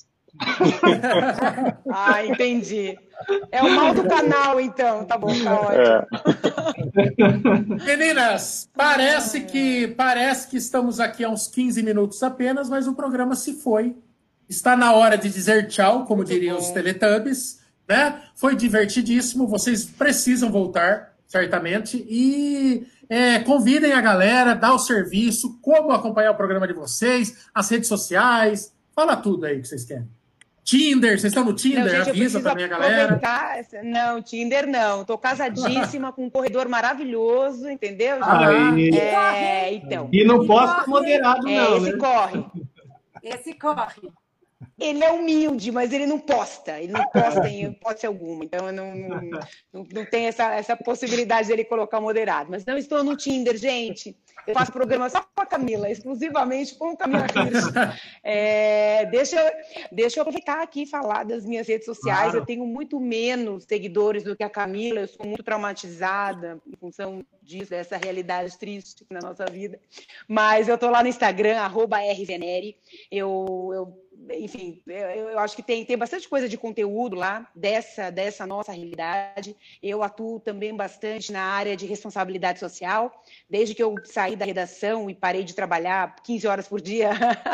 Ah, entendi. É o mal do canal, então. Tá bom, tá ótimo. É. Meninas, parece que, parece que estamos aqui há uns quinze minutos apenas, mas o programa se foi. Está na hora de dizer tchau, como Muito diriam bom. Os Teletubbies, né? Foi divertidíssimo, vocês precisam voltar, certamente, e... É, convidem a galera, dá o serviço, como acompanhar o programa de vocês, as redes sociais, fala tudo aí que vocês querem. Tinder, vocês estão no Tinder? Não, gente, avisa também a galera. Não, Tinder não. Estou casadíssima com um corredor maravilhoso, entendeu? Ah, e... É, então. E não posso ser moderado, é, não. Esse né? corre. Esse corre. Ele é humilde, mas ele não posta. Ele não posta em hipótese alguma. Então, eu não, não, não, não tem essa, essa possibilidade dele colocar moderado. Mas não estou no Tinder, gente. Eu faço programa só com a Camila, exclusivamente com a Camila Hirsch. É, deixa, deixa eu aproveitar aqui e falar das minhas redes sociais. Claro. Eu tenho muito menos seguidores do que a Camila. Eu sou muito traumatizada em função disso, dessa realidade triste na nossa vida. Mas eu estou lá no Instagram, arroba rveneri. Eu... eu Enfim, eu, eu acho que tem, tem bastante coisa de conteúdo lá, dessa, dessa nossa realidade. Eu atuo também bastante na área de responsabilidade social. Desde que eu saí da redação e parei de trabalhar quinze horas por dia,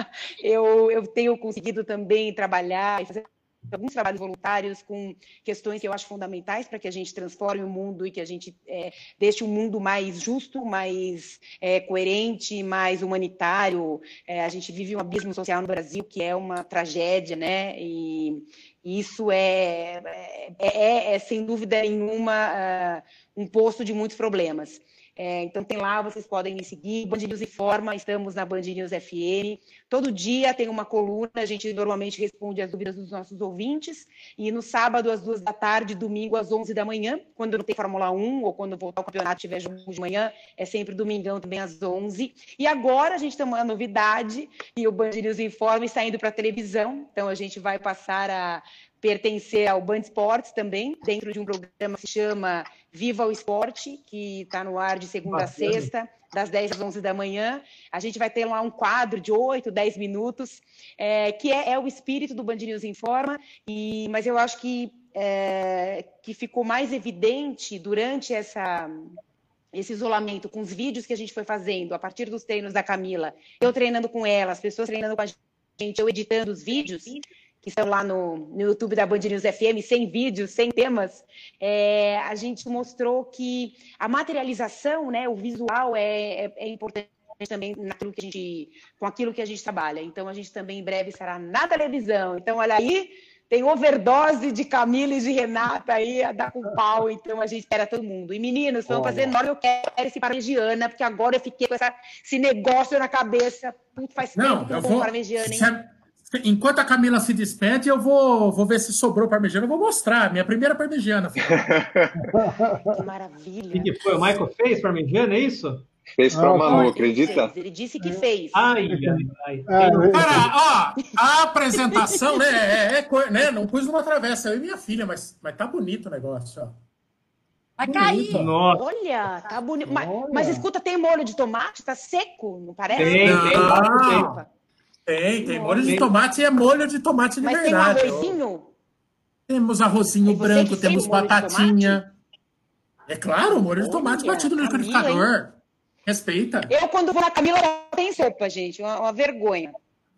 eu, eu tenho conseguido também trabalhar e fazer alguns trabalhos voluntários com questões que eu acho fundamentais para que a gente transforme o mundo e que a gente é, deixe um mundo mais justo, mais é, coerente, mais humanitário. É, a gente vive um abismo social no Brasil que é uma tragédia, né? E isso é, é, é, é sem dúvida nenhuma, uh, um poço de muitos problemas. É, então tem lá, vocês podem me seguir, Band News Informa, estamos na Band News F M, todo dia tem uma coluna, a gente normalmente responde as dúvidas dos nossos ouvintes, e no sábado às duas da tarde, domingo às onze da manhã, quando não tem Fórmula um, ou quando voltar ao campeonato tiver jogo de manhã, é sempre domingão também às onze, e agora a gente tem uma novidade, e o Band News Informa está indo para a televisão, então a gente vai passar a pertencer ao Band Esportes também, dentro de um programa que se chama Viva o Esporte, que está no ar de segunda a sexta, das dez às onze da manhã. A gente vai ter lá um quadro de oito, dez minutos, é, que é, é o espírito do Band News Informa, e, mas eu acho que, é, que ficou mais evidente durante essa... esse isolamento, com os vídeos que a gente foi fazendo, a partir dos treinos da Camila, eu treinando com ela, as pessoas treinando com a gente, eu editando os vídeos, que estão lá no, no YouTube da Band News F M, sem vídeos, sem temas, é, a gente mostrou que a materialização, né, o visual é, é, é importante também naquilo que a gente, com aquilo que a gente trabalha. Então, a gente também em breve estará na televisão. Então, olha aí, tem overdose de Camila e de Renata aí a dar com pau, então a gente espera todo mundo. E meninos, foi um prazer enorme, eu quero esse Parmegiana, porque agora eu fiquei com essa, esse negócio na cabeça. Muito faz Não, tempo eu com vou... Parmegiana, hein? Enquanto a Camila se despede, eu vou, vou ver se sobrou parmegiana. Eu vou mostrar, minha primeira parmegiana. Que maravilha. O que foi? O Michael fez parmegiana, é isso? Fez pra Ah, Manu, Ele acredita? fez, ele disse que fez. Ai, ai, ai. É, Cara, ó, a apresentação, né, é, é co- né, não pus numa travessa, eu e minha filha, mas, mas tá bonito o negócio, ó. Vai Bonito, cair. ó. Nossa, Olha, tá bonito. Mas, Olha. mas escuta, tem molho de tomate? Tá seco, não parece? tem, tem, Não. tem. Opa. Tem, tem molho de Tem. tomate e é molho de tomate de Mas tem um verdade. ó. arrozinho? Temos arrozinho É você branco, que fez temos o molho de batatinha. É claro, molho de tomate Olha, batido no Camila, liquidificador. Respeita. Eu, quando vou na Camila, não tem sopa, gente. Uma, uma vergonha.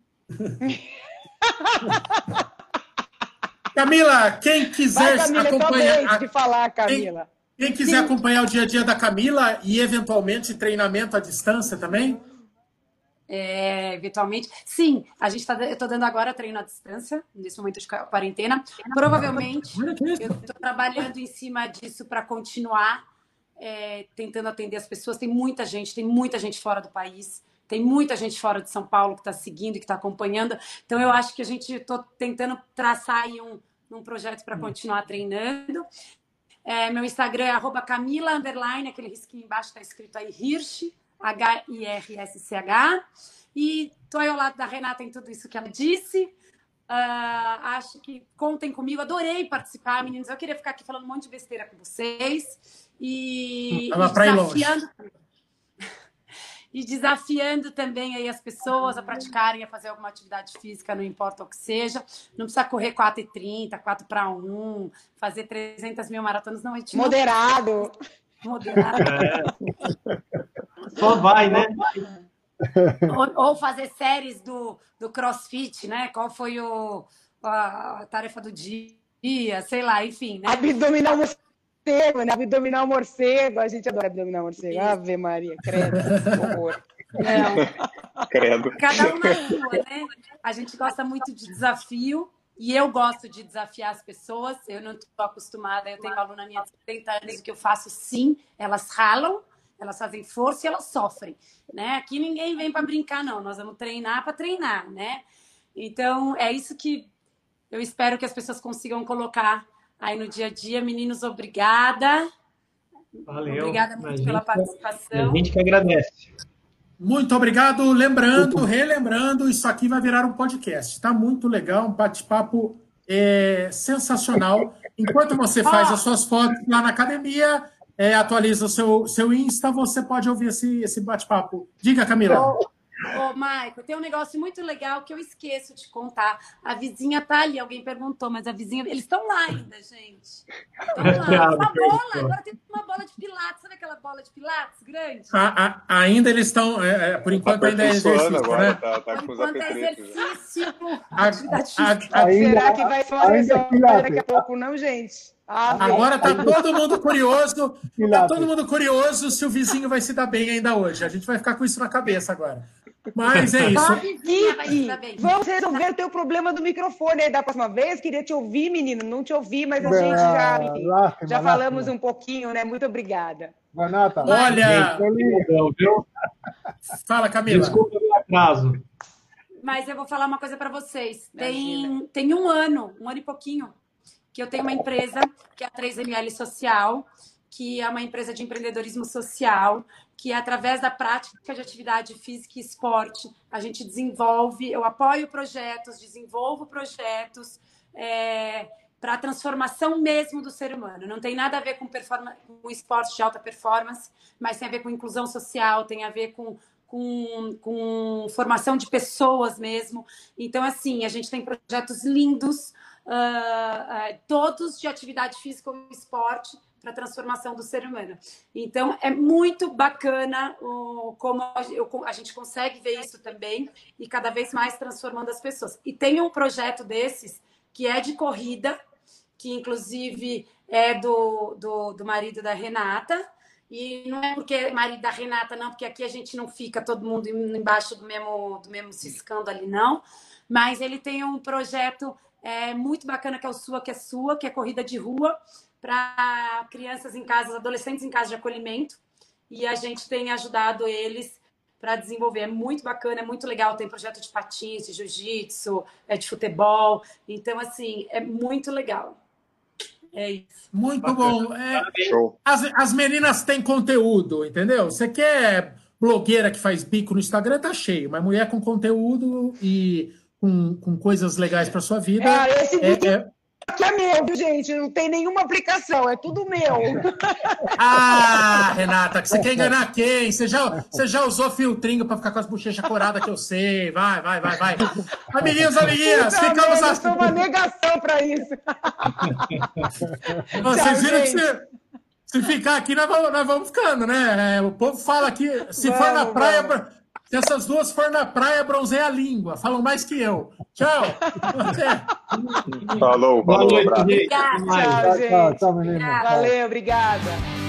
Camila, quem quiser Vai, Camila, é tua acompanhar, vez de falar, Camila. quem quiser acompanhar o dia a dia da Camila e eventualmente treinamento à distância também, É, eventualmente. Sim, a gente tá, eu estou dando agora treino à distância, nesse momento de quarentena. Provavelmente, olha que isso. eu estou trabalhando em cima disso para continuar é, tentando atender as pessoas. Tem muita gente, tem muita gente fora do país, tem muita gente fora de São Paulo que está seguindo, que está acompanhando. Então, eu acho que a gente estou tentando traçar aí um, um projeto para continuar treinando. É, meu Instagram é arroba Camila, underline, aquele risquinho embaixo está escrito aí, Hirsch, H I R S C H. E estou aí ao lado da Renata em tudo isso que ela disse. Uh, acho que contem comigo. Adorei participar, meninos. Eu queria ficar aqui falando um monte de besteira com vocês. E, Tava e pra ir longe. desafiando, e desafiando também aí as pessoas a praticarem, a fazer alguma atividade física, não importa o que seja. Não precisa correr quatro e trinta, quatro para um, fazer trezentas mil maratonas. Não, a gente não... Moderado. Moderado. É. Só vai, né? Ou, ou fazer séries do, do CrossFit, né? Qual foi o, a, a tarefa do dia, sei lá, enfim, né? Abdominal morcego, né? Abdominal morcego. A gente adora abdominal morcego. Ave Maria, credo. Horror. Não. Credo. Cada um na sua, né? A gente gosta muito de desafio. E eu gosto de desafiar as pessoas. Eu não estou acostumada. Eu tenho uma aluna minha de setenta anos. O que eu faço, sim, elas ralam, elas fazem força e elas sofrem, né? Aqui ninguém vem para brincar, não. Nós vamos treinar para treinar, né? Então, é isso que eu espero que as pessoas consigam colocar aí no dia a dia. Meninos, obrigada. Valeu. Obrigada muito A pela gente- participação. A gente que agradece. Muito obrigado. Lembrando, relembrando, isso aqui vai virar um podcast. Tá muito legal, um bate-papo é, sensacional. Enquanto você faz as suas fotos lá na academia, é, atualiza o seu, seu Insta, você pode ouvir esse, esse bate-papo. Diga, Camila. Ô, Maico, tem um negócio muito legal que eu esqueço de contar. A vizinha tá ali, alguém perguntou, mas a vizinha... Eles estão lá ainda, gente. Estão lá. Uma bola, agora tem uma bola de pilates. Sabe aquela bola de pilates grande? A- a- ainda eles estão, é, é, por enquanto, Tá ainda é aperfeiçoando exercício, agora, né? tá, tá Por com os enquanto é apetrechos. já. exercício, A- atividade a- física. a- Ainda- Será que vai ser uma ainda versão Pilates. daqui a pouco, não, gente? Ah, Agora tá todo mundo curioso. Tá Pilates. todo mundo curioso se o vizinho vai se dar bem ainda hoje. A gente vai ficar com isso na cabeça agora. Mas é isso. Só a vizinha vai se Kiki, dar bem. vamos resolver o teu problema do microfone aí da próxima vez. Queria te ouvir, menino. Não te ouvi, mas a Bem, gente já, enfim, lástima, já falamos lástima. um pouquinho, né? Muito obrigada. Renata. Olha, feliz. Viu? fala, Camila. Desculpa o atraso. Mas eu vou falar uma coisa para vocês. Tem, Imagina. tem um ano, um ano e pouquinho, que eu tenho uma empresa, que é a três M L Social, que é uma empresa de empreendedorismo social, que através da prática de atividade física e esporte, a gente desenvolve, eu apoio projetos, desenvolvo projetos é, para a transformação mesmo do ser humano. Não tem nada a ver com, performa- com esporte de alta performance, mas tem a ver com inclusão social, tem a ver com Com, com formação de pessoas mesmo. Então, assim, a gente tem projetos lindos, uh, uh, todos de atividade física ou esporte para a transformação do ser humano. Então, é muito bacana uh, como a, eu, a gente consegue ver isso também e cada vez mais transformando as pessoas. E tem um projeto desses que é de corrida, que inclusive é do, do, do marido da Renata. E não é porque é marido da Renata, não, porque aqui a gente não fica todo mundo embaixo do mesmo, do mesmo ciscando ali, não. Mas ele tem um projeto é, muito bacana, que é o Sua Que É Sua, que é corrida de rua para crianças em casas, adolescentes em casa de acolhimento. E a gente tem ajudado eles para desenvolver. É muito bacana, é muito legal. Tem projeto de patins, de jiu-jitsu, é de futebol. Então, assim, é muito legal. É isso. Muito Bacana. bom. É, Show. as, as meninas têm conteúdo, entendeu? Você quer blogueira que faz bico no Instagram, tá cheio. Mas mulher com conteúdo e com, com coisas legais para sua vida. É, esse bico é, é... aqui é meu, viu, gente? Não tem nenhuma aplicação, é tudo meu. Ah, Renata, que você quer enganar quem? Você já, você já usou filtrinho para ficar com as bochechas coradas que eu sei. Vai, vai, vai, vai. Amiguinhos, amiguinhas, Puta ficamos merda, assim. eu sou uma negação para isso. Vocês viram que gente. se, se ficar aqui, nós vamos, nós vamos ficando, né? É, o povo fala que se Vamos, for na praia, vamos. se essas duas for na praia, bronzeia a língua. Falam mais que eu. Tchau. Falou, Boa falou, noite, abraço. gente. Obrigada. Até mais. Tchau, Tchau, gente. tchau, menino. Obrigada. Valeu, obrigada.